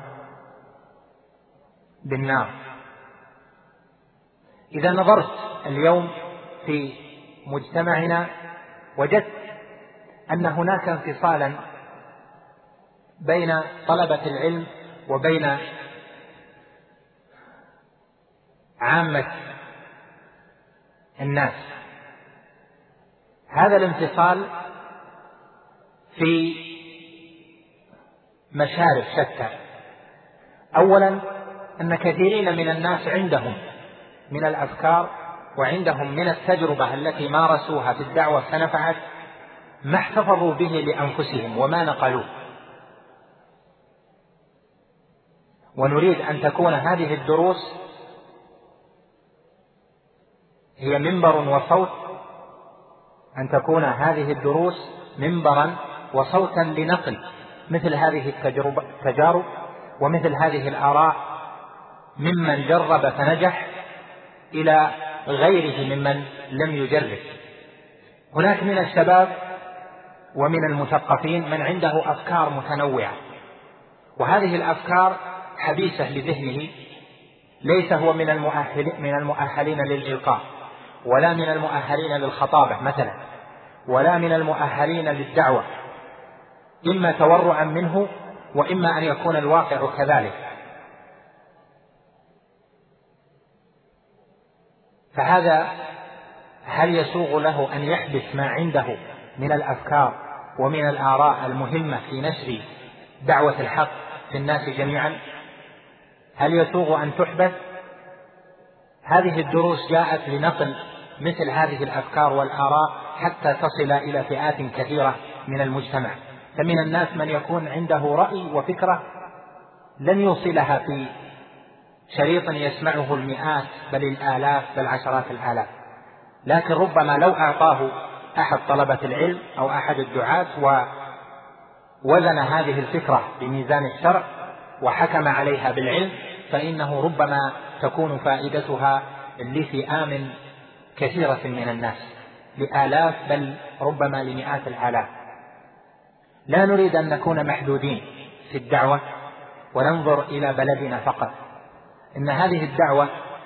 Speaker 2: بالنار. إذا نظرت اليوم في مجتمعنا وجدت أن هناك انفصالا بين طلبة العلم وبين عامة الناس. هذا الانفصال في مشارف شتى. أولا أن كثيرين من الناس عندهم من الأفكار وعندهم من التجربة التي مارسوها في الدعوة فنفعت ما احتفظوا به لأنفسهم وما نقلوه، ونريد أن تكون هذه الدروس هي منبر وصوت، أن تكون هذه الدروس منبرا وصوتا لنقل مثل هذه التجارب ومثل هذه الآراء ممن جرب فنجح إلى غيره ممن لم يجرب. هناك من الشباب ومن المثقفين من عنده أفكار متنوعة، وهذه الأفكار حبيسة لذهنه، ليس هو من المؤهلين للإلقاء، ولا من المؤهلين للخطابة مثلا، ولا من المؤهلين للدعوة، إما تورعا منه وإما أن يكون الواقع كذلك. فهذا هل يسوغ له أن يحبس ما عنده من الأفكار ومن الآراء المهمة في نشر دعوة الحق في الناس جميعا؟ هل يسوغ أن تحبس؟ هذه الدروس جاءت لنقل مثل هذه الأفكار والآراء حتى تصل إلى فئات كثيرة من المجتمع. فمن الناس من يكون عنده رأي وفكرة لن يوصلها في شريط يسمعه المئات بل الآلاف بل عشرات الآلاف، لكن ربما لو أعطاه أحد طلبة العلم أو أحد الدعاة ووزن هذه الفكرة بميزان الشرع وحكم عليها بالعلم فإنه ربما تكون فائدتها لفئام كثيرة من الناس، لآلاف بل ربما لمئات الآلاف. لا نريد أن نكون محدودين في الدعوة وننظر إلى بلدنا فقط. إن هذه الدعوة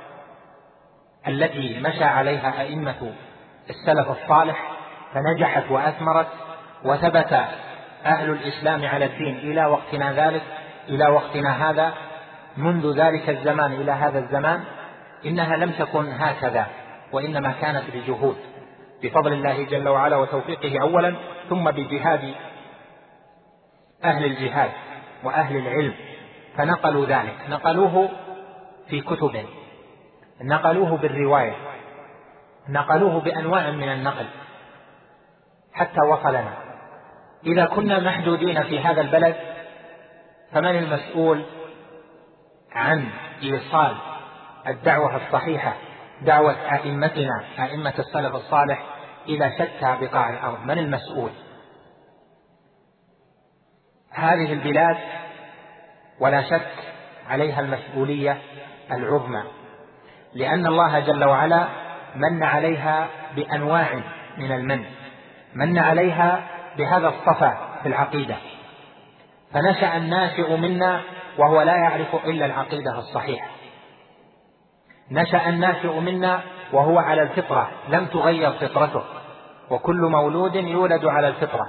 Speaker 2: التي مشى عليها أئمة السلف الصالح فنجحت وأثمرت وثبت أهل الإسلام على الدين إلى وقتنا هذا، منذ ذلك الزمان إلى هذا الزمان، إنها لم تكن هكذا، وإنما كانت بجهود بفضل الله جل وعلا وتوفيقه أولا، ثم بجهاد أهل الجهاد وأهل العلم، فنقلوا ذلك، نقلوه في كتب، نقلوه بالرواية، نقلوه بأنواع من النقل حتى وصلنا. إذا كنا محدودين في هذا البلد فمن المسؤول عن إيصال الدعوة الصحيحة، دعوة أئمتنا أئمة السلف الصالح إلى شتى بقاع الأرض؟ من المسؤول؟ هذه البلاد ولا شك عليها المسؤولية العظمى، لأن الله جل وعلا من عليها بأنواع من المن، من عليها بهذا الصفا في العقيدة، فنشأ الناشئ منا وهو لا يعرف إلا العقيدة الصحيحة، نشأ الناشئ منا وهو على الفطرة لم تغير فطرته، وكل مولود يولد على الفطرة.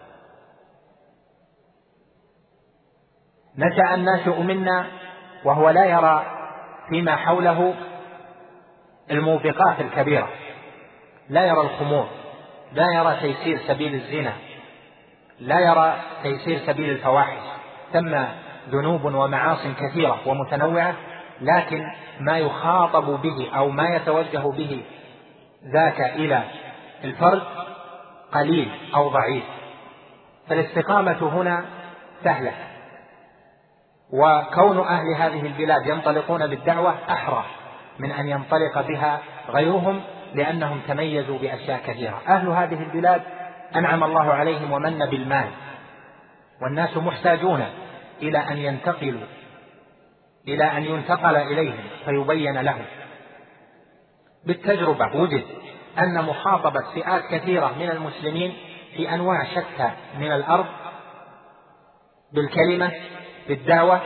Speaker 2: نشأ الناشئ منا وهو لا يرى فيما حوله الموبقات الكبيرة، لا يرى الخمور، لا يرى تيسير سبيل الزنا، لا يرى تيسير سبيل الفواحش، ثم ذنوب ومعاصٍ كثيرة ومتنوعة، لكن ما يخاطب به أو ما يتوجه به ذاك إلى الفرد قليل أو ضعيف. فالاستقامة هنا سهلة، وكون أهل هذه البلاد ينطلقون بالدعوة أحرى من أن ينطلق بها غيرهم، لأنهم تميزوا بأشياء كثيرة. أهل هذه البلاد أنعم الله عليهم ومن بالمال، والناس محتاجون إلى أن ينتقل إليهم فيبين لهم. بالتجربة وجد أن مخاطبة فئات كثيرة من المسلمين في أنواع شتى من الأرض بالكلمة بالدعوة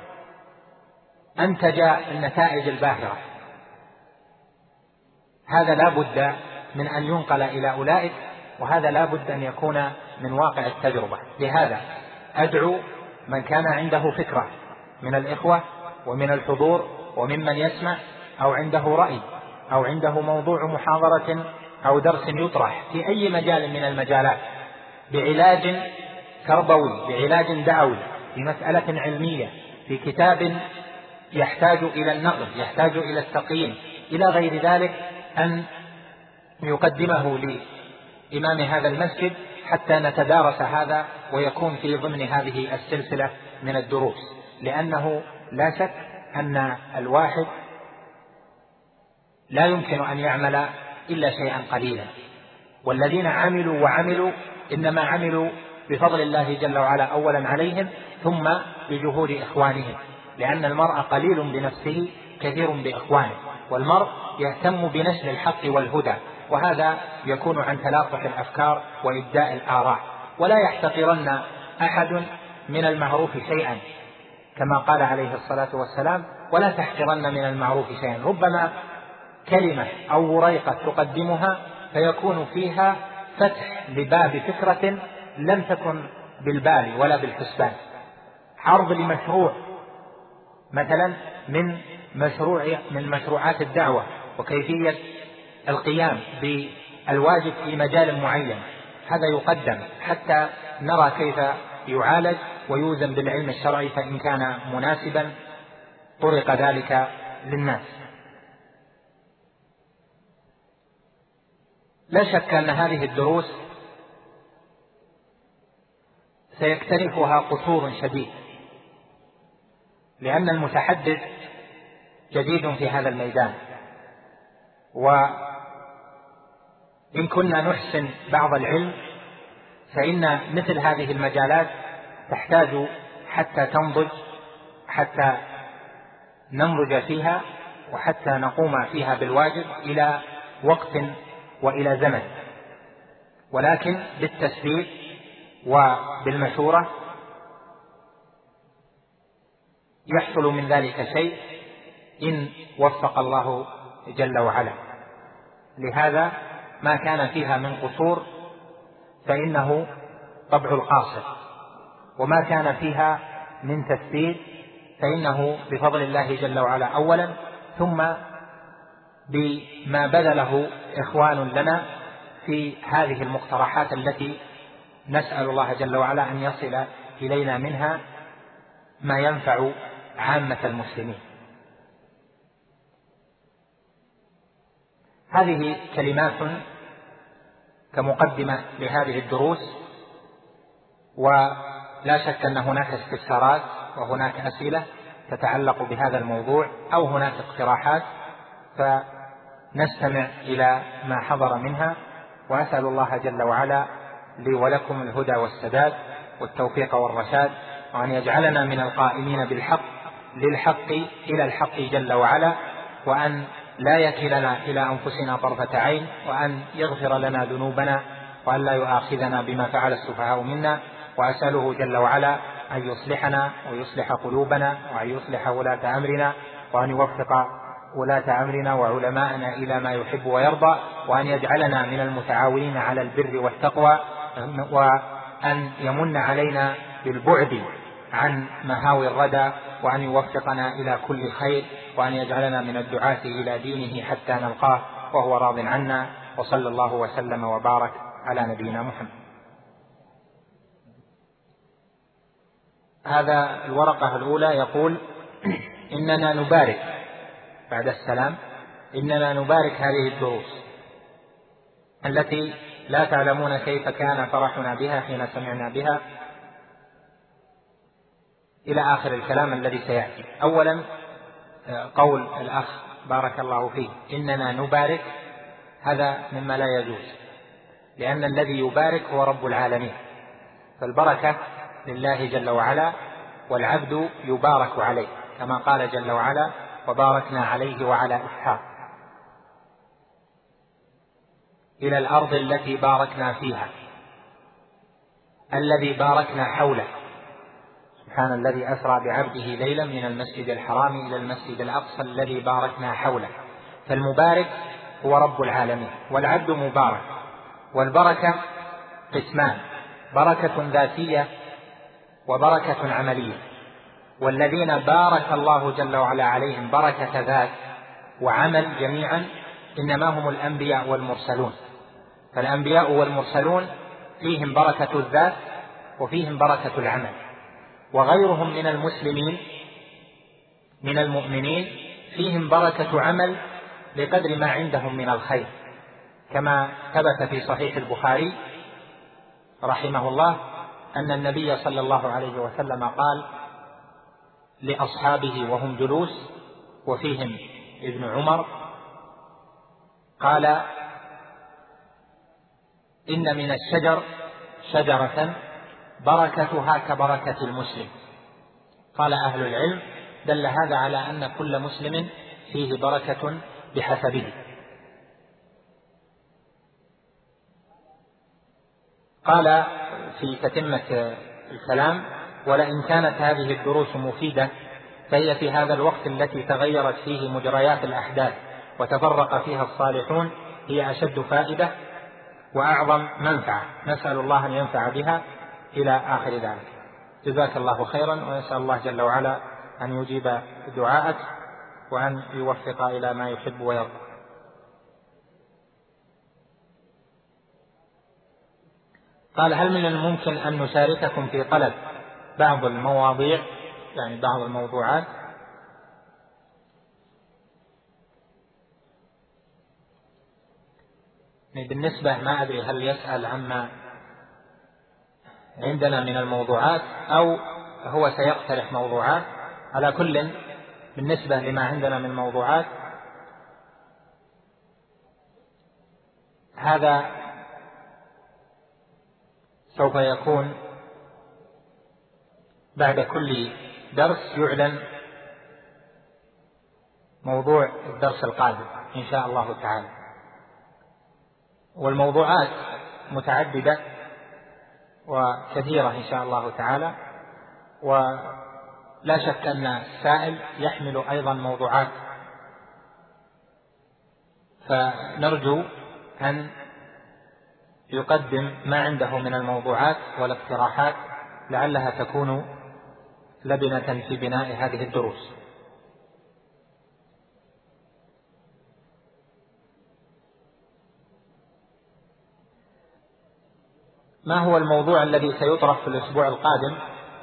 Speaker 2: أنتج النتائج الباهرة. هذا لا بد من أن ينقل إلى أولئك، وهذا لا بد أن يكون من واقع التجربة. لهذا أدعو من كان عنده فكرة من الإخوة ومن الحضور وممن يسمع أو عنده رأي أو عنده موضوع محاضرة أو درس يطرح في أي مجال من المجالات بعلاج تربوي، بعلاج دعوي، في مسألة علمية، في كتاب يحتاج إلى النقد، يحتاج إلى التقييم، إلى غير ذلك، أن يقدمه لإمام هذا المسجد حتى نتدارس هذا ويكون في ضمن هذه السلسلة من الدروس. لأنه لا شك أن الواحد لا يمكن أن يعمل إلا شيئا قليلا، والذين عملوا إنما عملوا بفضل الله جل وعلا أولا عليهم، ثم بجهود إخوانهم، لأن المرء قليل بنفسه كثير بإخوانه، والمرء يهتم بنشر الحق والهدى، وهذا يكون عن تلاقح الأفكار وإبداء الآراء. ولا يحتقرن أحد من المعروف شيئا، كما قال عليه الصلاة والسلام: ولا تحقرن من المعروف شيئا. ربما كلمة أو وريقة تقدمها فيكون فيها فتح لباب فكرة لم تكن بالبال ولا بالحسبان، عرض لمشروع مثلا من مشروعات الدعوة وكيفية القيام بالواجب في مجال معين، هذا يقدم حتى نرى كيف يعالج ويوزن بالعلم الشرعي، فإن كان مناسبا طرق ذلك للناس. لا شك أن هذه الدروس سيكتنفها قصور شديد، لأن المتحدث جديد في هذا الميدان، وإن كنا نحسن بعض العلم فإن مثل هذه المجالات تحتاج حتى تنضج، حتى ننضج فيها وحتى نقوم فيها بالواجب إلى وقت وإلى زمن، ولكن بالتسديد وبالمشورة يحصل من ذلك شيء إن وفق الله جل وعلا. لهذا ما كان فيها من قصور فإنه طبع القاصر، وما كان فيها من تسديد فإنه بفضل الله جل وعلا أولا، ثم بما بذله إخوان لنا في هذه المقترحات التي نسأل الله جل وعلا أن يصل إلينا منها ما ينفع عامة المسلمين. هذه كلمات كمقدمة لهذه الدروس، ولا شك أن هناك استفسارات وهناك أسئلة تتعلق بهذا الموضوع أو هناك اقتراحات، فنستمع إلى ما حضر منها، وأسأل الله جل وعلا لي ولكم الهدى والسداد والتوفيق والرشاد، وأن يجعلنا من القائمين بالحق للحق إلى الحق جل وعلا، وأن لا يكلنا إلى أنفسنا طرفة عين، وأن يغفر لنا ذنوبنا، وأن لا يؤاخذنا بما فعل السفهاء منا. وأسأله جل وعلا أن يصلحنا ويصلح قلوبنا، وأن يصلح ولاة أمرنا، وأن يوفق ولاة أمرنا وعلماءنا إلى ما يحب ويرضى، وأن يجعلنا من المتعاونين على البر والتقوى، وأن يمن علينا بالبعد عن مهاوي الردى، وأن يوفقنا إلى كل خير، وأن يجعلنا من الدعاة إلى دينه حتى نلقاه وهو راض عنا. وصلى الله وسلم وبارك على نبينا محمد. هذا الورقة الأولى يقول: إننا نبارك بعد السلام، إننا نبارك هذه الدروس التي لا تعلمون كيف كان فرحنا بها حين سمعنا بها، إلى آخر الكلام الذي سيأتي. أولا قول الأخ بارك الله فيه إننا نبارك، هذا مما لا يجوز، لأن الذي يبارك هو رب العالمين، فالبركة لله جل وعلا، والعبد يبارك عليه، كما قال جل وعلا: وباركنا عليه وعلى إسحاق إلى الأرض التي باركنا فيها الذي باركنا حوله. سبحان الذي أسرى بعبده ليلا من المسجد الحرام إلى المسجد الأقصى الذي باركنا حوله. فالمبارك هو رب العالمين، والعبد مبارك. والبركة قسمان: بركة ذاتية وبركة عملية. والذين بارك الله جل وعلا عليهم بركة ذات وعمل جميعا إنما هم الأنبياء والمرسلون. فالأنبياء والمرسلون فيهم بركة الذات وفيهم بركة العمل، وغيرهم من المسلمين من المؤمنين فيهم بركة عمل بقدر ما عندهم من الخير، كما ثبت في صحيح البخاري رحمه الله أن النبي صلى الله عليه وسلم قال لأصحابه وهم جلوس وفيهم ابن عمر، قال: إن من الشجر شجرة بركتها كبركة المسلم. قال أهل العلم: دل هذا على أن كل مسلم فيه بركة بحسبه. قال في تتمة الكلام: ولئن كانت هذه الدروس مفيدة فهي في هذا الوقت التي تغيرت فيه مجريات الأحداث وتفرق فيها الصالحون هي أشد فائدة وأعظم منفعة، نسأل الله أن ينفع بها إلى آخر ذلك. جزاك الله خيرا، ونسأل الله جل وعلا أن يجيب دعاءك وأن يوفق إلى ما يحب ويرضى. قال: هل من الممكن أن نشارككم في طلب بعض المواضيع، يعني بعض الموضوعات؟ بالنسبة ما أدري هل يسأل عما عندنا من الموضوعات أو هو سيقترح موضوعات. على كل، بالنسبة لما عندنا من موضوعات هذا سوف يكون بعد كل درس يعلن موضوع الدرس القادم إن شاء الله تعالى. والموضوعات متعددة وكثيرة إن شاء الله تعالى، ولا شك أن السائل يحمل أيضا موضوعات، فنرجو أن يقدم ما عنده من الموضوعات والاقتراحات لعلها تكون لبنة في بناء هذه الدروس. ما هو الموضوع الذي سيطرح في الأسبوع القادم؟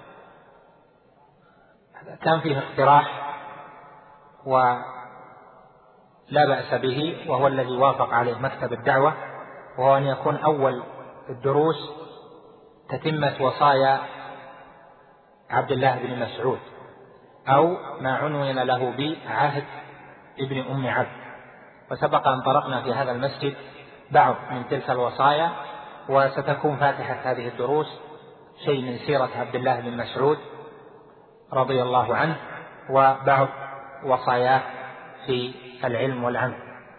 Speaker 2: كان فيه اقتراح ولا بأس به، وهو الذي وافق عليه مكتب الدعوة، وهو أن يكون أول الدروس تتمة وصايا عبد الله بن مسعود، أو ما عنون له بعهد ابن أم عبد. وسبق أن طرقنا في هذا المسجد بعض من تلك الوصايا، وستكون فاتحة هذه الدروس شيء من سيرة عبد الله بن مسعود رضي الله عنه وبعض وصاياه في العلم والعمل.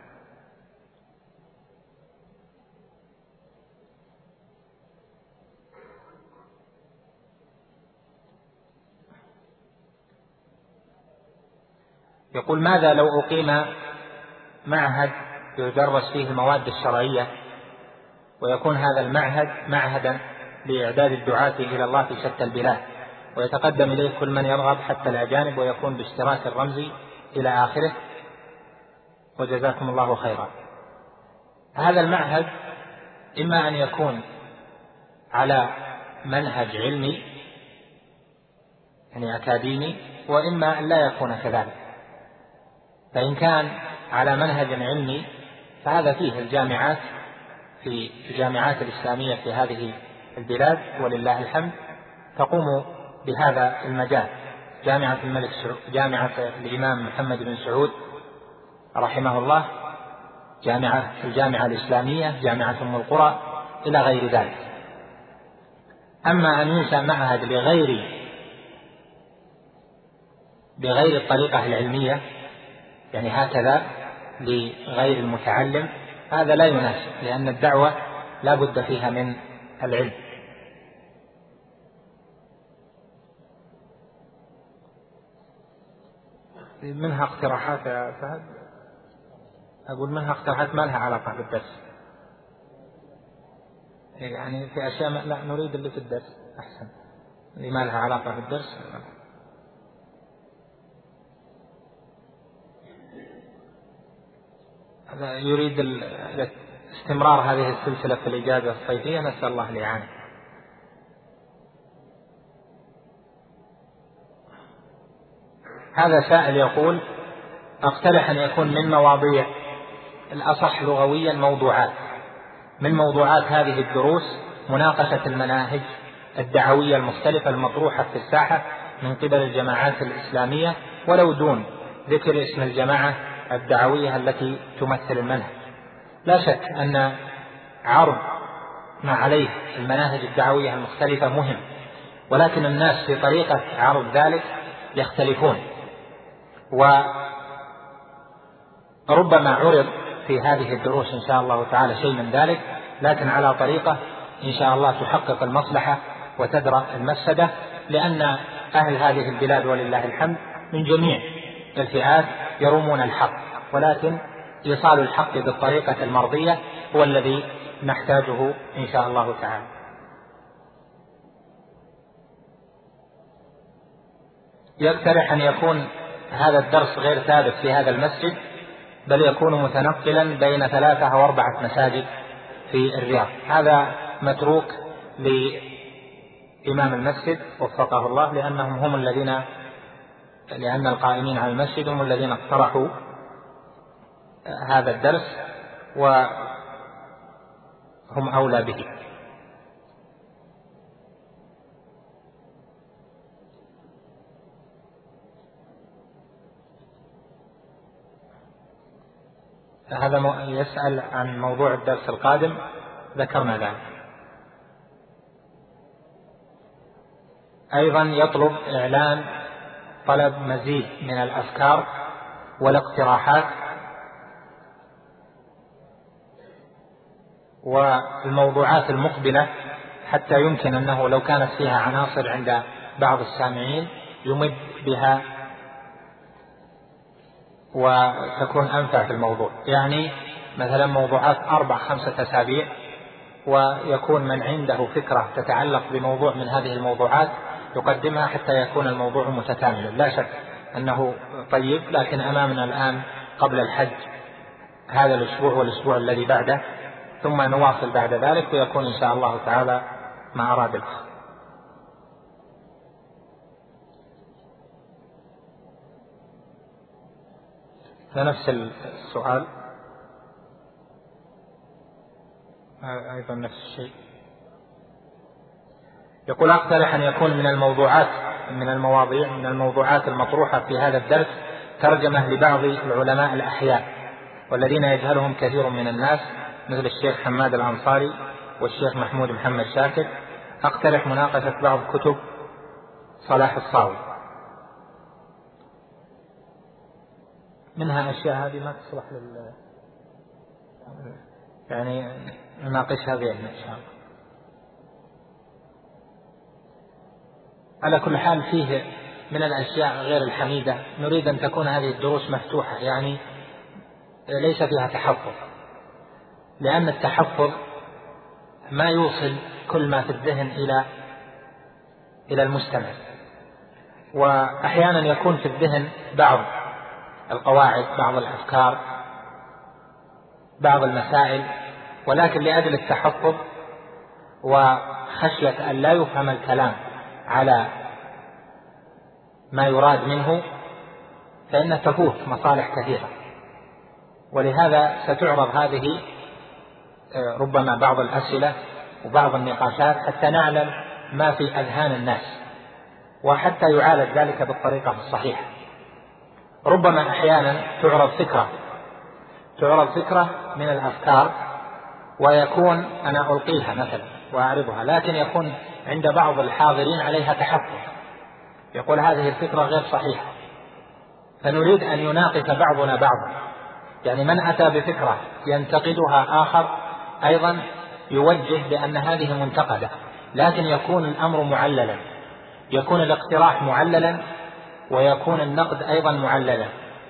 Speaker 2: يقول: ماذا لو أقيم معهد يدرس فيه المواد الشرعية، ويكون هذا المعهد معهدا لإعداد الدعاة إلى الله في شتى البلاد، ويتقدم إليه كل من يرغب حتى الأجانب، ويكون باشتراك الرمزي إلى آخره، وجزاكم الله خيرا. هذا المعهد إما أن يكون على منهج علمي يعني أكاديمي، وإما أن لا يكون كذلك. فإن كان على منهج علمي فهذا فيه الجامعات في الجامعات الإسلامية في هذه البلاد ولله الحمد تقوم بهذا المجال. جامعة الملك سعود، جامعة الإمام محمد بن سعود رحمه الله، الجامعة الإسلامية، جامعة أم القرى، إلى غير ذلك. أما أن ينشأ معهد بغير الطريقة العلمية، يعني هكذا لغير المتعلم، هذا لا يناسب، لأن الدعوة لا بد فيها من العلم. منها اقتراحات يا فهد، أقول منها اقتراحات ما لها علاقة بالدرس، يعني في أشياء لا نريد اللي في الدرس أحسن، اللي ما لها علاقة بالدرس. يريد استمرار هذه السلسلة في الإجازة الصيفية، نسأل الله الإعانة. هذا سائل يقول: أقترح أن يكون من مواضيع الأصح لغويا موضوعات، من موضوعات هذه الدروس مناقشة المناهج الدعوية المختلفة المطروحة في الساحة من قبل الجماعات الإسلامية، ولو دون ذكر اسم الجماعة الدعوية التي تمثل المنهج. لا شك أن عرض ما عليه المناهج الدعوية المختلفة مهم، ولكن الناس في طريقة عرض ذلك يختلفون، وربما عرض في هذه الدروس إن شاء الله تعالى شيء من ذلك، لكن على طريقة إن شاء الله تحقق المصلحة وتدرأ المفسدة، لأن أهل هذه البلاد ولله الحمد من جميع الفئات يرومون الحق، ولكن إيصال الحق بالطريقة المرضية هو الذي نحتاجه إن شاء الله تعالى. يقترح أن يكون هذا الدرس غير ثابت في هذا المسجد، بل يكون متنقلا بين 3 أو 4 مساجد في الرياض. هذا متروك لإمام المسجد وفقه الله، لأن القائمين على المسجد هم الذين اقترحوا هذا الدرس وهم أولى به. هذا يسأل عن موضوع الدرس القادم، ذكرنا ذلك. أيضا يطلب إعلان طلب مزيد من الأفكار والاقتراحات والموضوعات المقبلة، حتى يمكن أنه لو كانت فيها عناصر عند بعض السامعين يمد بها وتكون أنفع في الموضوع. يعني مثلا موضوعات 4-5 أسابيع، ويكون من عنده فكرة تتعلق بموضوع من هذه الموضوعات يقدمها حتى يكون الموضوع متكاملا. لا شك أنه طيب، لكن أمامنا الآن قبل الحج هذا الأسبوع والأسبوع الذي بعده، ثم نواصل بعد ذلك، ويكون إن شاء الله تعالى ما أراد الله. نفس السؤال أيضا نفس الشيء. يقول: أقترح أن يكون من الموضوعات المطروحة في هذا الدرس ترجمة لبعض العلماء الأحياء والذين يجهلهم كثير من الناس، مثل الشيخ حماد الأنصاري والشيخ محمود محمد شاكر. أقترح مناقشة بعض كتب صلاح الصاوي، منها أشياء هذه ما تصلح يعني نناقشها بيننا إن شاء الله. على كل حال فيه من الأشياء غير الحميدة، نريد أن تكون هذه الدروس مفتوحة، يعني ليس فيها تحفظ، لأن التحفظ ما يوصل كل ما في الذهن إلى المستمع، وأحيانا يكون في الذهن بعض القواعد، بعض الأفكار، بعض المسائل، ولكن لأجل التحفظ وخشية أن لا يفهم الكلام على ما يراد منه فإن تفوت مصالح كثيرة. ولهذا ستعرض هذه ربما بعض الأسئلة وبعض النقاشات حتى نعلم ما في أذهان الناس، وحتى يعالج ذلك بالطريقة الصحيحة. ربما أحيانا تعرض فكرة من الأفكار، ويكون أنا ألقيها مثلا وأعرضها، لكن يكون عند بعض الحاضرين عليها تحفظ، يقول هذه الفكرة غير صحيحة، فنريد أن يناقش بعضنا بعضا. يعني من أتى بفكرة ينتقدها آخر أيضا يوجه بأن هذه منتقدة، لكن يكون الأمر معللا، يكون الاقتراح معللا، ويكون النقد أيضا معللا،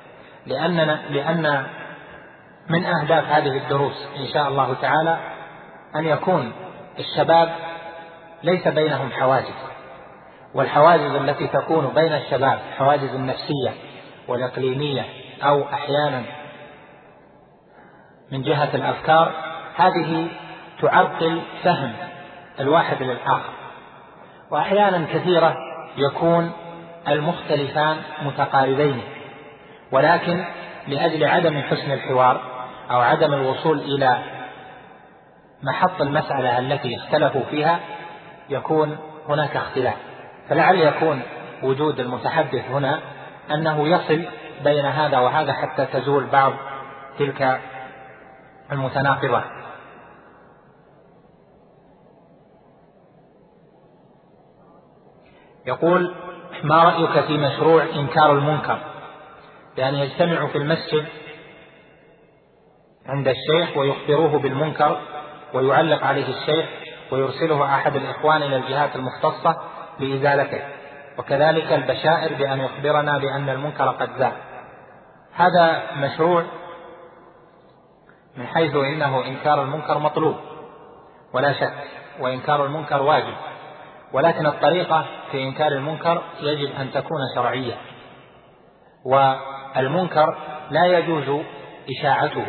Speaker 2: لأن من أهداف هذه الدروس إن شاء الله تعالى أن يكون الشباب ليس بينهم حواجز، والحواجز التي تكون بين الشباب حواجز النفسية والإقليمية، أو أحيانا من جهة الأفكار، هذه تعطل فهم الواحد للآخر. وأحيانا كثيرة يكون المختلفان متقاربين، ولكن لأجل عدم حسن الحوار أو عدم الوصول إلى محط المسألة التي اختلفوا فيها يكون هناك اختلاف. فلعل يكون وجود المتحدث هنا أنه يصل بين هذا وهذا حتى تزول بعض تلك المتناقضات. يقول: ما رأيك في مشروع إنكار المنكر، بأن يجتمعوا في المسجد عند الشيخ ويخبروه بالمنكر ويعلق عليه الشيخ ويرسله أحد الإخوان إلى الجهات المختصة لإزالته، وكذلك البشائر بأن يخبرنا بأن المنكر قد زال. هذا مشروع من حيث إنه إنكار المنكر مطلوب ولا شك، وإنكار المنكر واجب، ولكن الطريقة في إنكار المنكر يجب أن تكون شرعية، والمنكر لا يجوز إشاعته،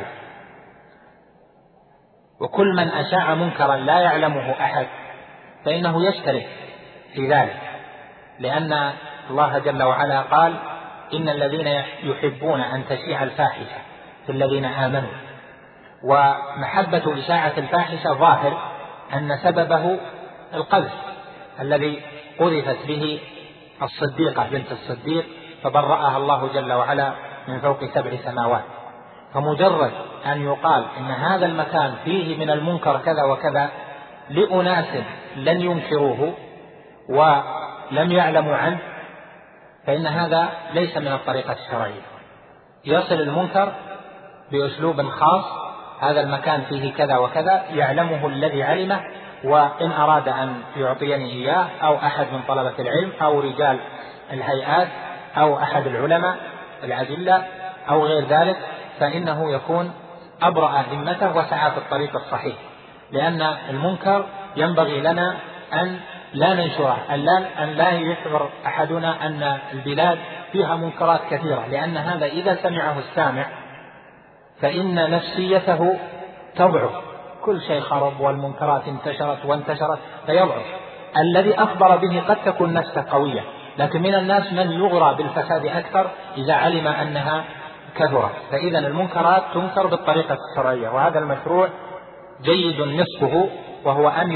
Speaker 2: وكل من أشاع منكرا لا يعلمه أحد فإنه يشترك في ذلك، لأن الله جل وعلا قال: إن الذين يحبون أن تشيع الفاحشة في الذين آمنوا. ومحبة إشاعة الفاحشة ظاهر أن سببه القذف الذي قذفت به الصديقة بنت الصديق فبرأها الله جل وعلا من فوق 7 سماوات. فمجرد أن يقال إن هذا المكان فيه من المنكر كذا وكذا لأناس لن ينكروه ولم يعلموا عنه، فإن هذا ليس من الطريقة الشرعية. يصل المنكر بأسلوب خاص: هذا المكان فيه كذا وكذا، يعلمه الذي علمه، وإن أراد أن يعطيني إياه أو أحد من طلبة العلم أو رجال الهيئات أو أحد العلماء الأدلة أو غير ذلك، فإنه يكون أبرأ ذمته وسعى في الطريق الصحيح. لأن المنكر ينبغي لنا أن لا ننشره، أن لا يشعر أحدنا أن البلاد فيها منكرات كثيرة، لأن هذا إذا سمعه السامع فإن نفسيته تضعف، كل شيء خرب والمنكرات انتشرت وانتشرت فيضعف. الذي أخبر به قد تكون نفسه قوية، لكن من الناس من يغرى بالفساد أكثر إذا علم أنها كثرت. فإذا المنكرات تنكر بالطريقة الشرعية، وهذا المشروع جيد نصفه، وهو أن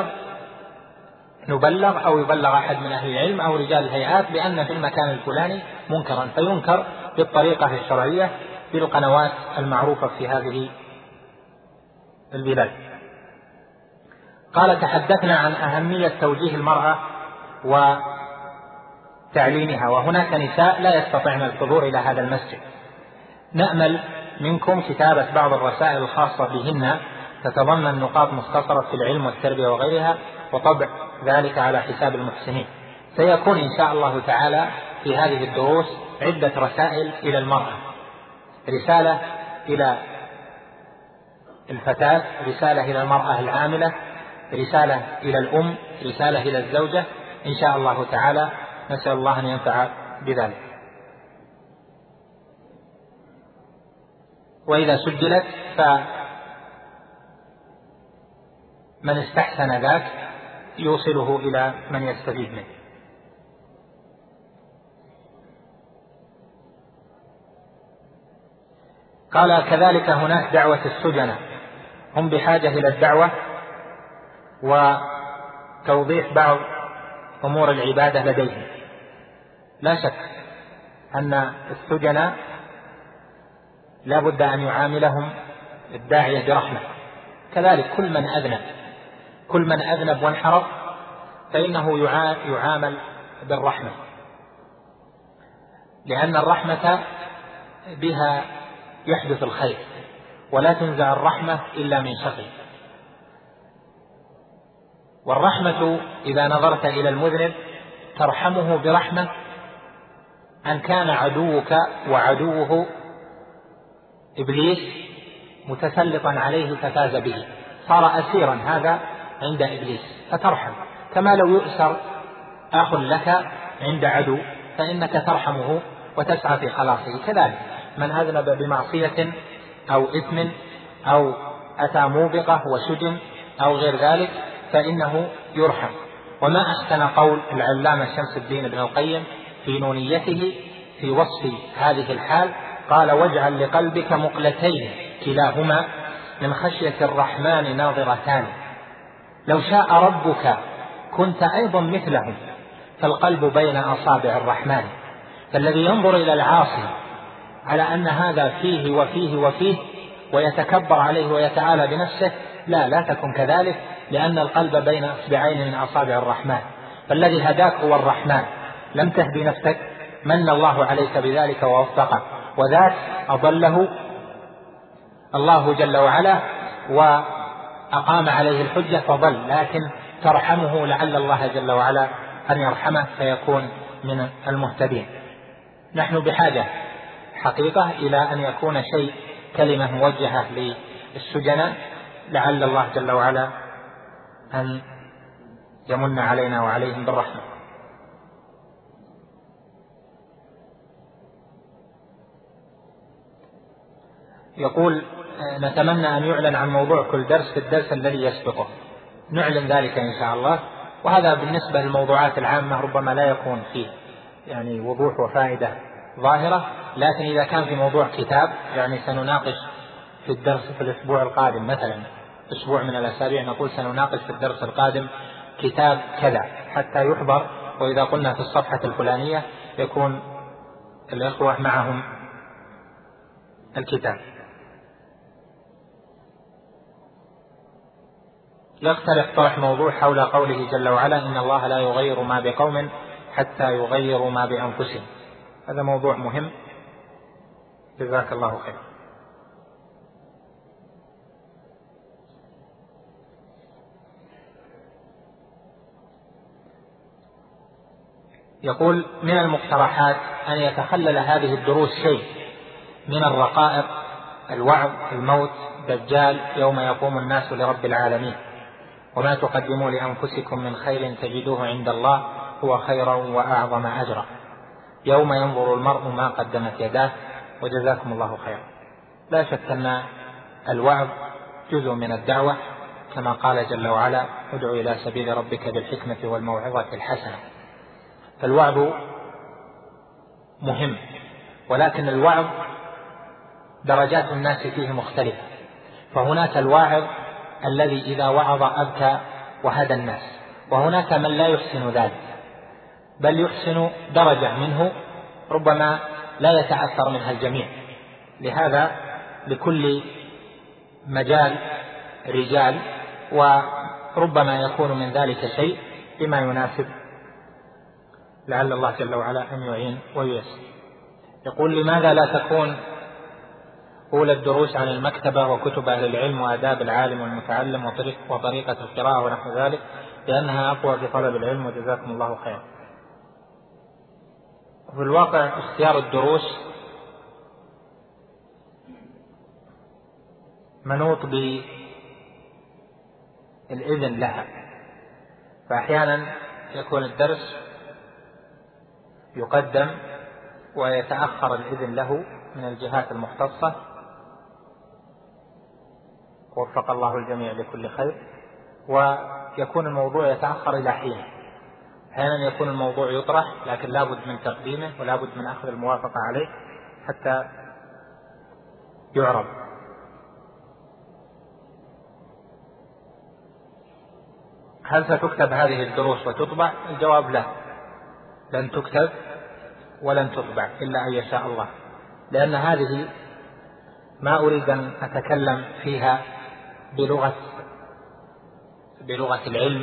Speaker 2: نبلغ أو يبلغ أحد من أهل العلم أو رجال الهيئات بأن في المكان الفلاني منكرا، فينكر بالطريقة الشرعية بالقنوات المعروفة في هذه البلاد. قال: تحدثنا عن أهمية توجيه المرأة وتعليمها، وهناك نساء لا يستطيعن الحضور إلى هذا المسجد. نأمل منكم كتابة بعض الرسائل الخاصة بهن تتضمن نقاط مختصرة في العلم والتربية وغيرها، وطبع ذلك على حساب المحسنين. سيكون إن شاء الله تعالى في هذه الدروس عدة رسائل إلى المرأة: رسالة إلى الفتاة، رسالة إلى المرأة العاملة، رسالة إلى الأم، رسالة إلى الزوجة، إن شاء الله تعالى. نسأل الله أن ينفع بذلك. وإذا سجلت فمن استحسن ذاك يوصله إلى من يستفيد منه. قال: كذلك هناك دعوة السجناء، هم بحاجة إلى الدعوة وتوضيح بعض أمور العبادة لديهم. لا شك أن السجناء لا بد أن يعاملهم الداعية برحمة، كذلك كل من أذنب وانحرف فإنه يعامل بالرحمة، لأن الرحمة بها يحدث الخير، ولا تنزع الرحمة إلا من شقي. والرحمة إذا نظرت إلى المذنب ترحمه برحمة أن كان عدوك وعدوه إبليس متسلطا عليه ففاز به، صار أسيرا هذا عند إبليس، فترحم. كما لو يؤسر أخ لك عند عدو فإنك ترحمه وتسعى في خلاصه. كذلك من أذنب بمعصية أو إثم أو أتى موبقة وسجن أو غير ذلك فإنه يرحم. وما أحسن قول العلامة شمس الدين ابن القيم في نونيته في وصف هذه الحال، قال: واجعل لقلبك مقلتين كلاهما من خشية الرحمن ناظرتان، لو شاء ربك كنت أيضا مثلهم، فالقلب بين أصابع الرحمن. فالذي ينظر إلى العاصي على أن هذا فيه وفيه وفيه ويتكبر عليه ويتعالى بنفسه، لا تكن كذلك، لأن القلب بين أصبعين من أصابع الرحمن. فالذي هداك هو الرحمن، لم تهدي نفسك، من الله عليك بذلك ووفقه، وذاك أضله الله جل وعلا وأقام عليه الحجة فضل، لكن ترحمه لعل الله جل وعلا أن يرحمه فيكون من المهتدين. نحن بحاجة حقيقة إلى أن يكون شيء، كلمة موجهة للسجناء، لعل الله جل وعلا أن يمن علينا وعليهم بالرحمة. يقول: نتمنى أن يعلن عن موضوع كل درس في الدرس الذي يسبقه. نعلن ذلك إن شاء الله. وهذا بالنسبة للموضوعات العامة ربما لا يكون فيه يعني وضوح وفائدة ظاهرة، لكن إذا كان في موضوع كتاب يعني سنناقش في الدرس في الأسبوع القادم، مثلا أسبوع من الأسابيع نقول سنناقش في الدرس القادم كتاب كذا حتى يحضر، وإذا قلنا في الصفحة الفلانية يكون الإخوة معهم الكتاب. يقترح طرح موضوع حول قوله جل وعلا: إن الله لا يغير ما بقوم حتى يغيروا ما بأنفسهم. هذا موضوع مهم، جزاك الله خير. يقول: من المقترحات أن يتخلل هذه الدروس شيء من الرقائق، الوعظ، الموت، دجال، يوم يقوم الناس لرب العالمين، وما تقدموا لأنفسكم من خير تجدوه عند الله هو خيرا وأعظم أجرا، يوم ينظر المرء ما قدمت يداه، وجزاكم الله خيرا. لا شك أن الوعظ جزء من الدعوة، كما قال جل وعلا: ادع إلى سبيل ربك بالحكمة والموعظة الحسنة. فالوعظ مهم، ولكن الوعظ درجات الناس فيه مختلفة. فهناك الواعظ الذي إذا وعظ أبكى وهدى الناس، وهناك من لا يحسن ذلك، بل يحسن درجة منه ربما لا يتأثر منها الجميع. لهذا لكل مجال رجال، وربما يكون من ذلك شيء بما يناسب، لعل الله جل وعلا أن يعين وييسر. يقول: لماذا لا تكون أولى الدروس عن المكتبة وكتب أهل العلم وآداب العالم والمتعلم وطريقة القراءة ونحو ذلك، لأنها أقوى في طلب العلم، وجزاكم الله خيرا. وفي الواقع اختيار الدروس منوط بالإذن لها، فأحيانا يكون الدرس يقدم ويتأخر الإذن له من الجهات المختصة، وفق الله الجميع لكل خير، ويكون الموضوع يتأخر إلى حين. أحيانا يكون الموضوع يطرح لكن لا بد من تقديمه ولا بد من أخذ الموافقة عليه حتى يعرض. هل ستكتب هذه الدروس وتطبع؟ الجواب لا، لن تكتب ولن تطبع إلا أن يشاء الله، لأن هذه ما أريد أن أتكلم فيها بلغة العلم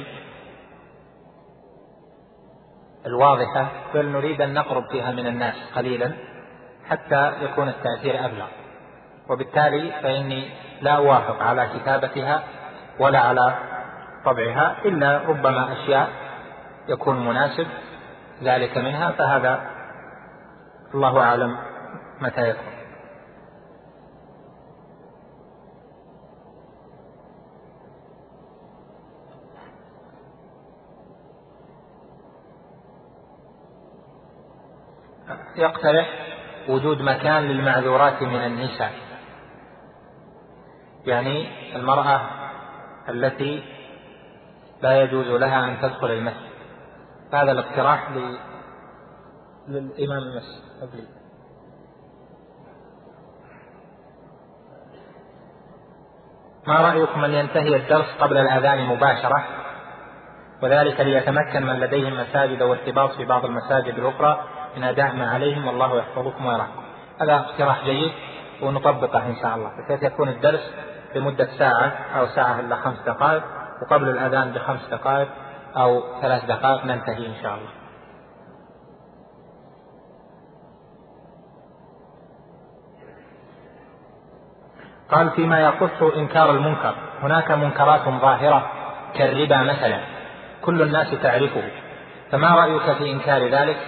Speaker 2: الواضحة، بل نريد أن نقرب فيها من الناس قليلا حتى يكون التأثير أبلغ. وبالتالي فإني لا أوافق على كتابتها ولا على طبعها، إلا ربما أشياء يكون مناسب ذلك منها، فهذا الله أعلم متى يكون. يقترح وجود مكان للمعذورات من النساء. يعني المرأة التي لا يجوز لها أن تدخل المسجد. هذا الاقتراح للإمام المسجد. ما رأيكم أن ينتهي الدرس قبل الأذان مباشرة، وذلك ليتمكن من لديهم مساجد وارتباط في بعض المساجد الأخرى من أداء ما عليهم، والله يحفظكم ويرحمكم. هذا اقتراح جيد ونطبقه إن شاء الله، بحيث يكون الدرس لمدة ساعة أو ساعة إلا 5 دقائق، وقبل الأذان ب5 دقائق أو 3 دقائق ننتهي إن شاء الله. قال: فيما يخص إنكار المنكر، هناك منكرات ظاهرة كالربا مثلا كل الناس تعرفه، فما رأيك في إنكار ذلك؟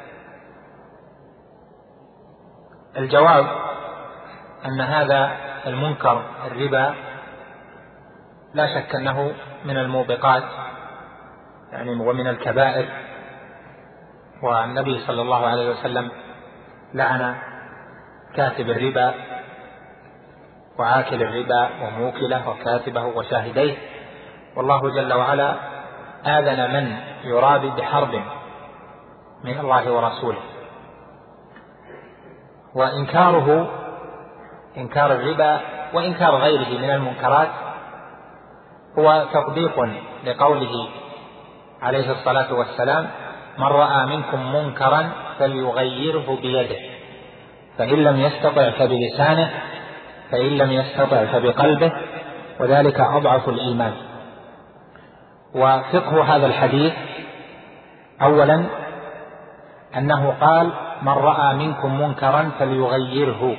Speaker 2: الجواب أن هذا المنكر الربا لا شك أنه من الموبقات يعني ومن الكبائر، والنبي صلى الله عليه وسلم لعن كاتب الربا وعاكل الربا وموكله وكاتبه وشاهديه، والله جل وعلا آذن من يراد بحرب من الله ورسوله. إنكار الربا وإنكار غيره من المنكرات هو تطبيق لقوله عليه الصلاة والسلام: من رأى منكم منكرا فليغيره بيده، فإن لم يستطع فبلسانه، فإن لم يستطع فبقلبه، وذلك أضعف الإيمان. وفقه هذا الحديث أولا أنه قال: من رأى منكم منكرا فليغيره،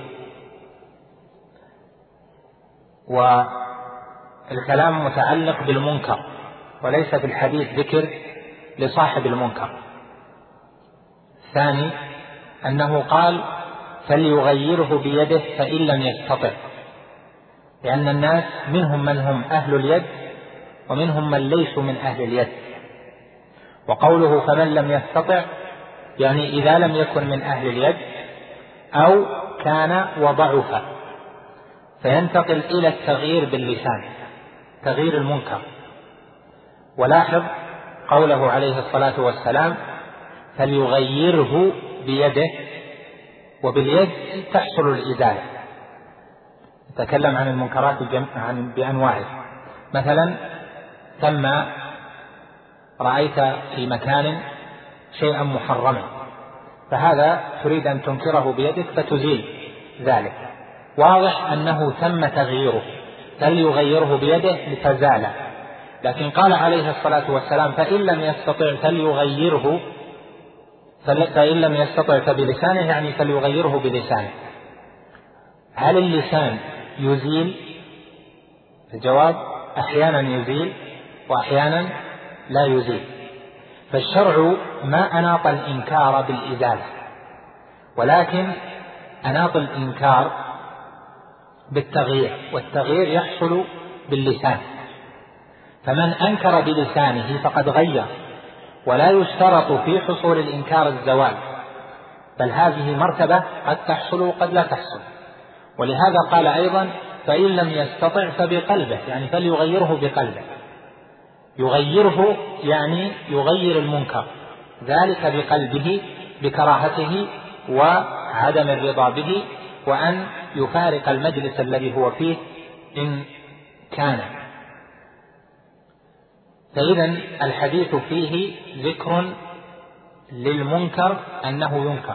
Speaker 2: والكلام متعلق بالمنكر وليس في الحديث ذكر لصاحب المنكر. ثاني أنه قال: فليغيره بيده فإن لم يستطع، لأن الناس منهم من هم أهل اليد ومنهم من ليسوا من أهل اليد. وقوله فمن لم يستطع يعني إذا لم يكن من أهل اليد أو كان وضعف، فينتقل إلى التغيير باللسان، تغيير المنكر. ولاحظ قوله عليه الصلاة والسلام: فليغيره بيده، وباليد تحصل الإزالة. نتكلم عن المنكرات بأنواعها. مثلا ثم رأيت في مكان شيئا محرما، فهذا تريد أن تنكره بيدك فتزيل ذلك، واضح أنه تم تغييره، فليغيره بيده فزال. لكن قال عليه الصلاة والسلام: فإن لم يستطع فليغيره، فإن لم يستطع فبلسانه، يعني فليغيره بلسانه. هل اللسان يزيل؟ الجواب: أحيانا يزيل وأحيانا لا يزيل. فالشرع ما أناط الإنكار بالإزالة، ولكن أناط الإنكار بالتغيير، والتغيير يحصل باللسان. فمن أنكر بلسانه فقد غير، ولا يشترط في حصول الإنكار الزوال، بل هذه مرتبة قد تحصل وقد لا تحصل. ولهذا قال أيضا: فإن لم يستطع فبقلبه، يعني فليغيره بقلبه. يغيره يعني يغير المنكر، ذلك بقلبه بكراهته وعدم الرضا به، وأن يفارق المجلس الذي هو فيه إن كان. فإذا الحديث فيه ذكر للمنكر أنه ينكر.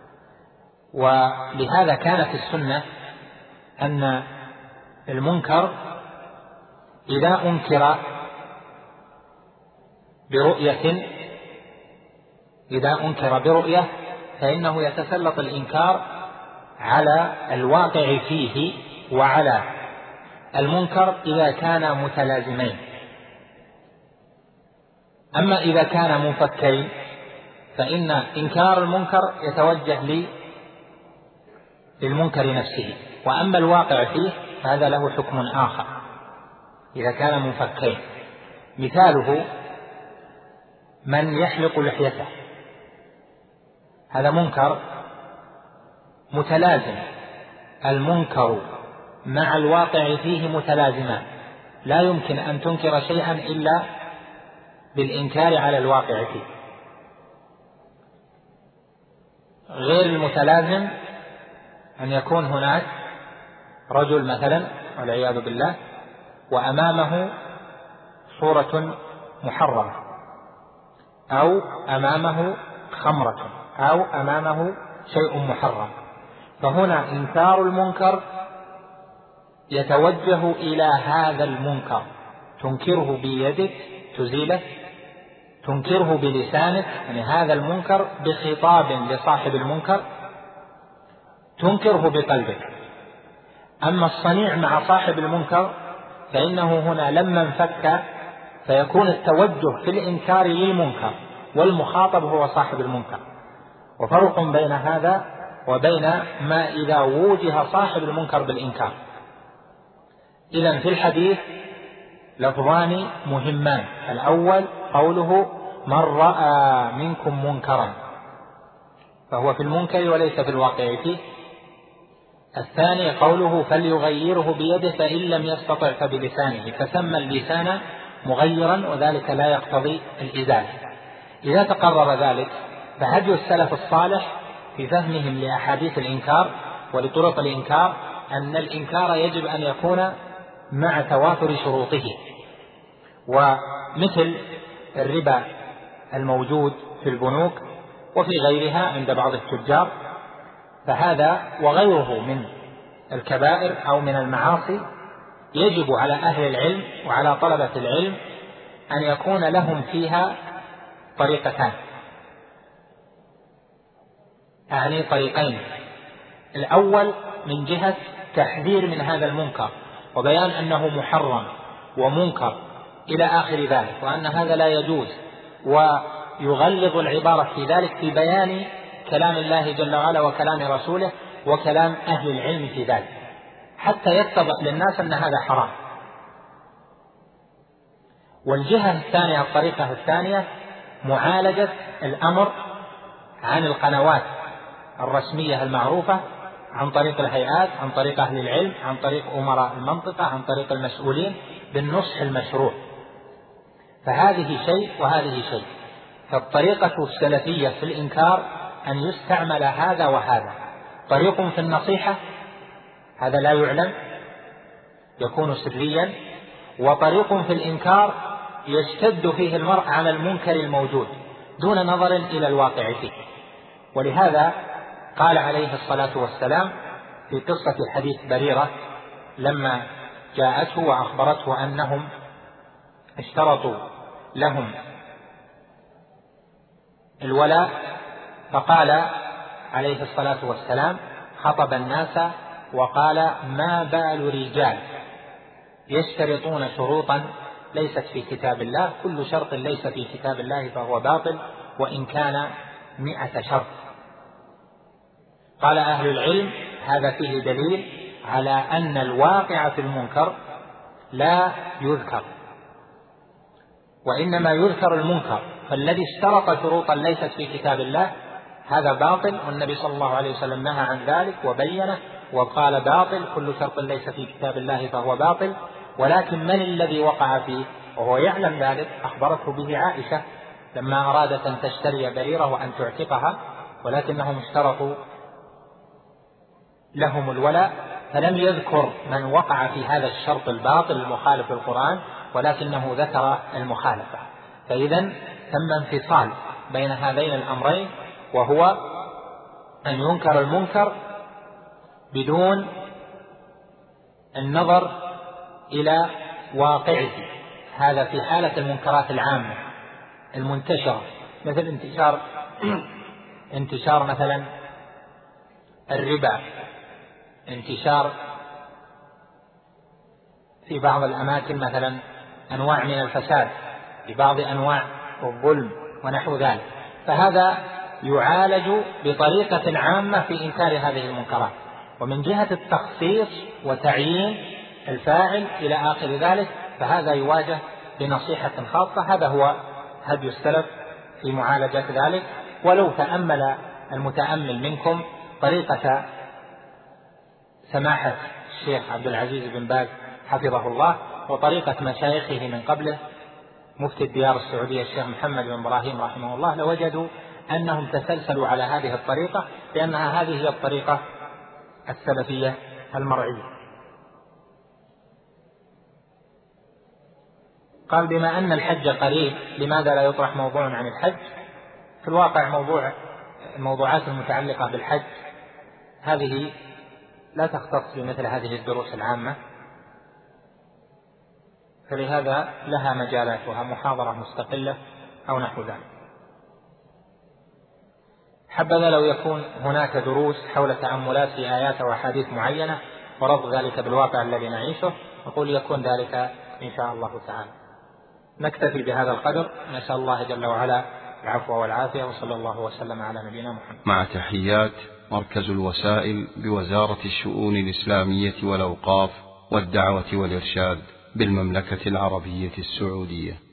Speaker 2: ولهذا كانت السنة أن المنكر إذا أنكر برؤية فإنه يتسلط الإنكار على الواقع فيه وعلى المنكر إذا كان متلازمين. أما إذا كان منفكين فإن إنكار المنكر يتوجه للمنكر نفسه، وأما الواقع فيه فهذا له حكم آخر إذا كان منفكين. مثاله من يحلق لحيته، هذا منكر متلازم. المنكر مع الواقع فيه متلازمان، لا يمكن أن تنكر شيئا إلا بالإنكار على الواقع فيه. غير المتلازم أن يكون هناك رجل مثلا والعياذ بالله وأمامه صورة محرمة، أو أمامه خمرة، أو أمامه شيء محرم، فهنا إنكار المنكر يتوجه إلى هذا المنكر، تنكره بيدك تزيله، تنكره بلسانك، يعني هذا المنكر بخطاب لصاحب المنكر، تنكره بقلبك. أما الصنيع مع صاحب المنكر فإنه هنا لما انفك فيكون التوجه في الإنكار للمنكر والمخاطب هو صاحب المنكر، وفرق بين هذا وبين ما إذا وجه صاحب المنكر بالإنكار. إذن في الحديث لفظان مهمان: الأول قوله من رأى منكم منكرا، فهو في المنكر وليس في الواقع فيه. الثاني قوله فليغيره بيده فإن لم يستطع فبلسانه، فسمى اللسان مغيرا وذلك لا يقتضي الإزالة. إذا تقرر ذلك فهدي السلف الصالح في فهمهم لأحاديث الإنكار ولطرق الإنكار أن الإنكار يجب أن يكون مع توافر شروطه، ومثل الربا الموجود في البنوك وفي غيرها عند بعض التجار، فهذا وغيره من الكبائر أو من المعاصي يجب على أهل العلم وعلى طلبة العلم أن يكون لهم فيها طريقتان، يعني طريقين: الأول من جهة تحذير من هذا المنكر وبيان أنه محرم ومنكر إلى آخر ذلك، وأن هذا لا يجوز، ويغلظ العبارة في ذلك في بيان كلام الله جل وعلا وكلام رسوله وكلام أهل العلم في ذلك حتى يتضح للناس أن هذا حرام. والجهة الثانية الطريقة الثانية معالجة الأمر عن القنوات الرسمية المعروفة، عن طريق الهيئات، عن طريق أهل العلم، عن طريق أمراء المنطقة، عن طريق المسؤولين، بالنصح المشروع. فهذه شيء وهذه شيء. فالطريقة السلفية في الإنكار أن يستعمل هذا وهذا: طريق في النصيحة هذا لا يعلم يكون سريا، وطريق في الإنكار يشتد فيه المرء على المنكر الموجود دون نظر إلى الواقع فيه. ولهذا قال عليه الصلاة والسلام في قصة حديث بريرة لما جاءته وأخبرته أنهم اشترطوا لهم الولاء، فقال عليه الصلاة والسلام خطب الناس وقال: ما بال رجال يشترطون شروطا ليست في كتاب الله، كل شرط ليس في كتاب الله فهو باطل وإن كان 100 شرط. قال أهل العلم: هذا فيه دليل على أن الواقع في المنكر لا يذكر، وإنما يذكر المنكر، فالذي اشترط شروطا ليست في كتاب الله هذا باطل، والنبي صلى الله عليه وسلم نهى عن ذلك وبينه وقال: باطل، كل شرط ليس في كتاب الله فهو باطل. ولكن من الذي وقع فيه وهو يعلم ذلك؟ أخبرته به عائشة لما أرادت أن تشتري بريرة وأن تعتقها، ولكنهم اشترطوا لهم الولاء، فلم يذكر من وقع في هذا الشرط الباطل المخالف للقرآن، ولكنه ذكر المخالفة. فإذا تم انفصال بين هذين الأمرين، وهو أن ينكر المنكر بدون النظر إلى واقعه. هذا في حالة المنكرات العامة المنتشرة، مثل انتشار مثلا الربا، انتشار في بعض الأماكن مثلا أنواع من الفساد، في بعض أنواع الظلم ونحو ذلك، فهذا يعالج بطريقة عامة في إنكار هذه المنكرات. ومن جهة التخصيص وتعيين الفاعل إلى آخر ذلك فهذا يواجه بنصيحة خاصة. هذا هو هدي السلف في معالجة ذلك. ولو تأمل المتأمل منكم طريقة سماحة الشيخ عبد العزيز بن باز حفظه الله وطريقة مشايخه من قبله مفتي الديار السعودية الشيخ محمد بن إبراهيم رحمه الله، لوجدوا أنهم تسلسلوا على هذه الطريقة، لأنها هذه هي الطريقة السلفية المرعية. قال: بما أن الحج قريب لماذا لا يطرح موضوع عن الحج؟ في الواقع الموضوعات المتعلقة بالحج هذه لا تختص بمثل هذه الدروس العامة، فلهذا لها مجالاتها، محاضرة مستقلة أو نحو ذلك. حبذا لو يكون هناك دروس حول تأملات في آيات وأحاديث معينة وربط ذلك بالواقع الذي نعيشه، أقول يكون ذلك إن شاء الله تعالى. نكتفي بهذا القدر، نسأل الله جل وعلا العفو والعافية، وصلى الله وسلم على نبينا محمد.
Speaker 1: مع تحيات مركز الوسائل بوزارة الشؤون الإسلامية والأوقاف والدعوة والإرشاد بالمملكة العربية السعودية.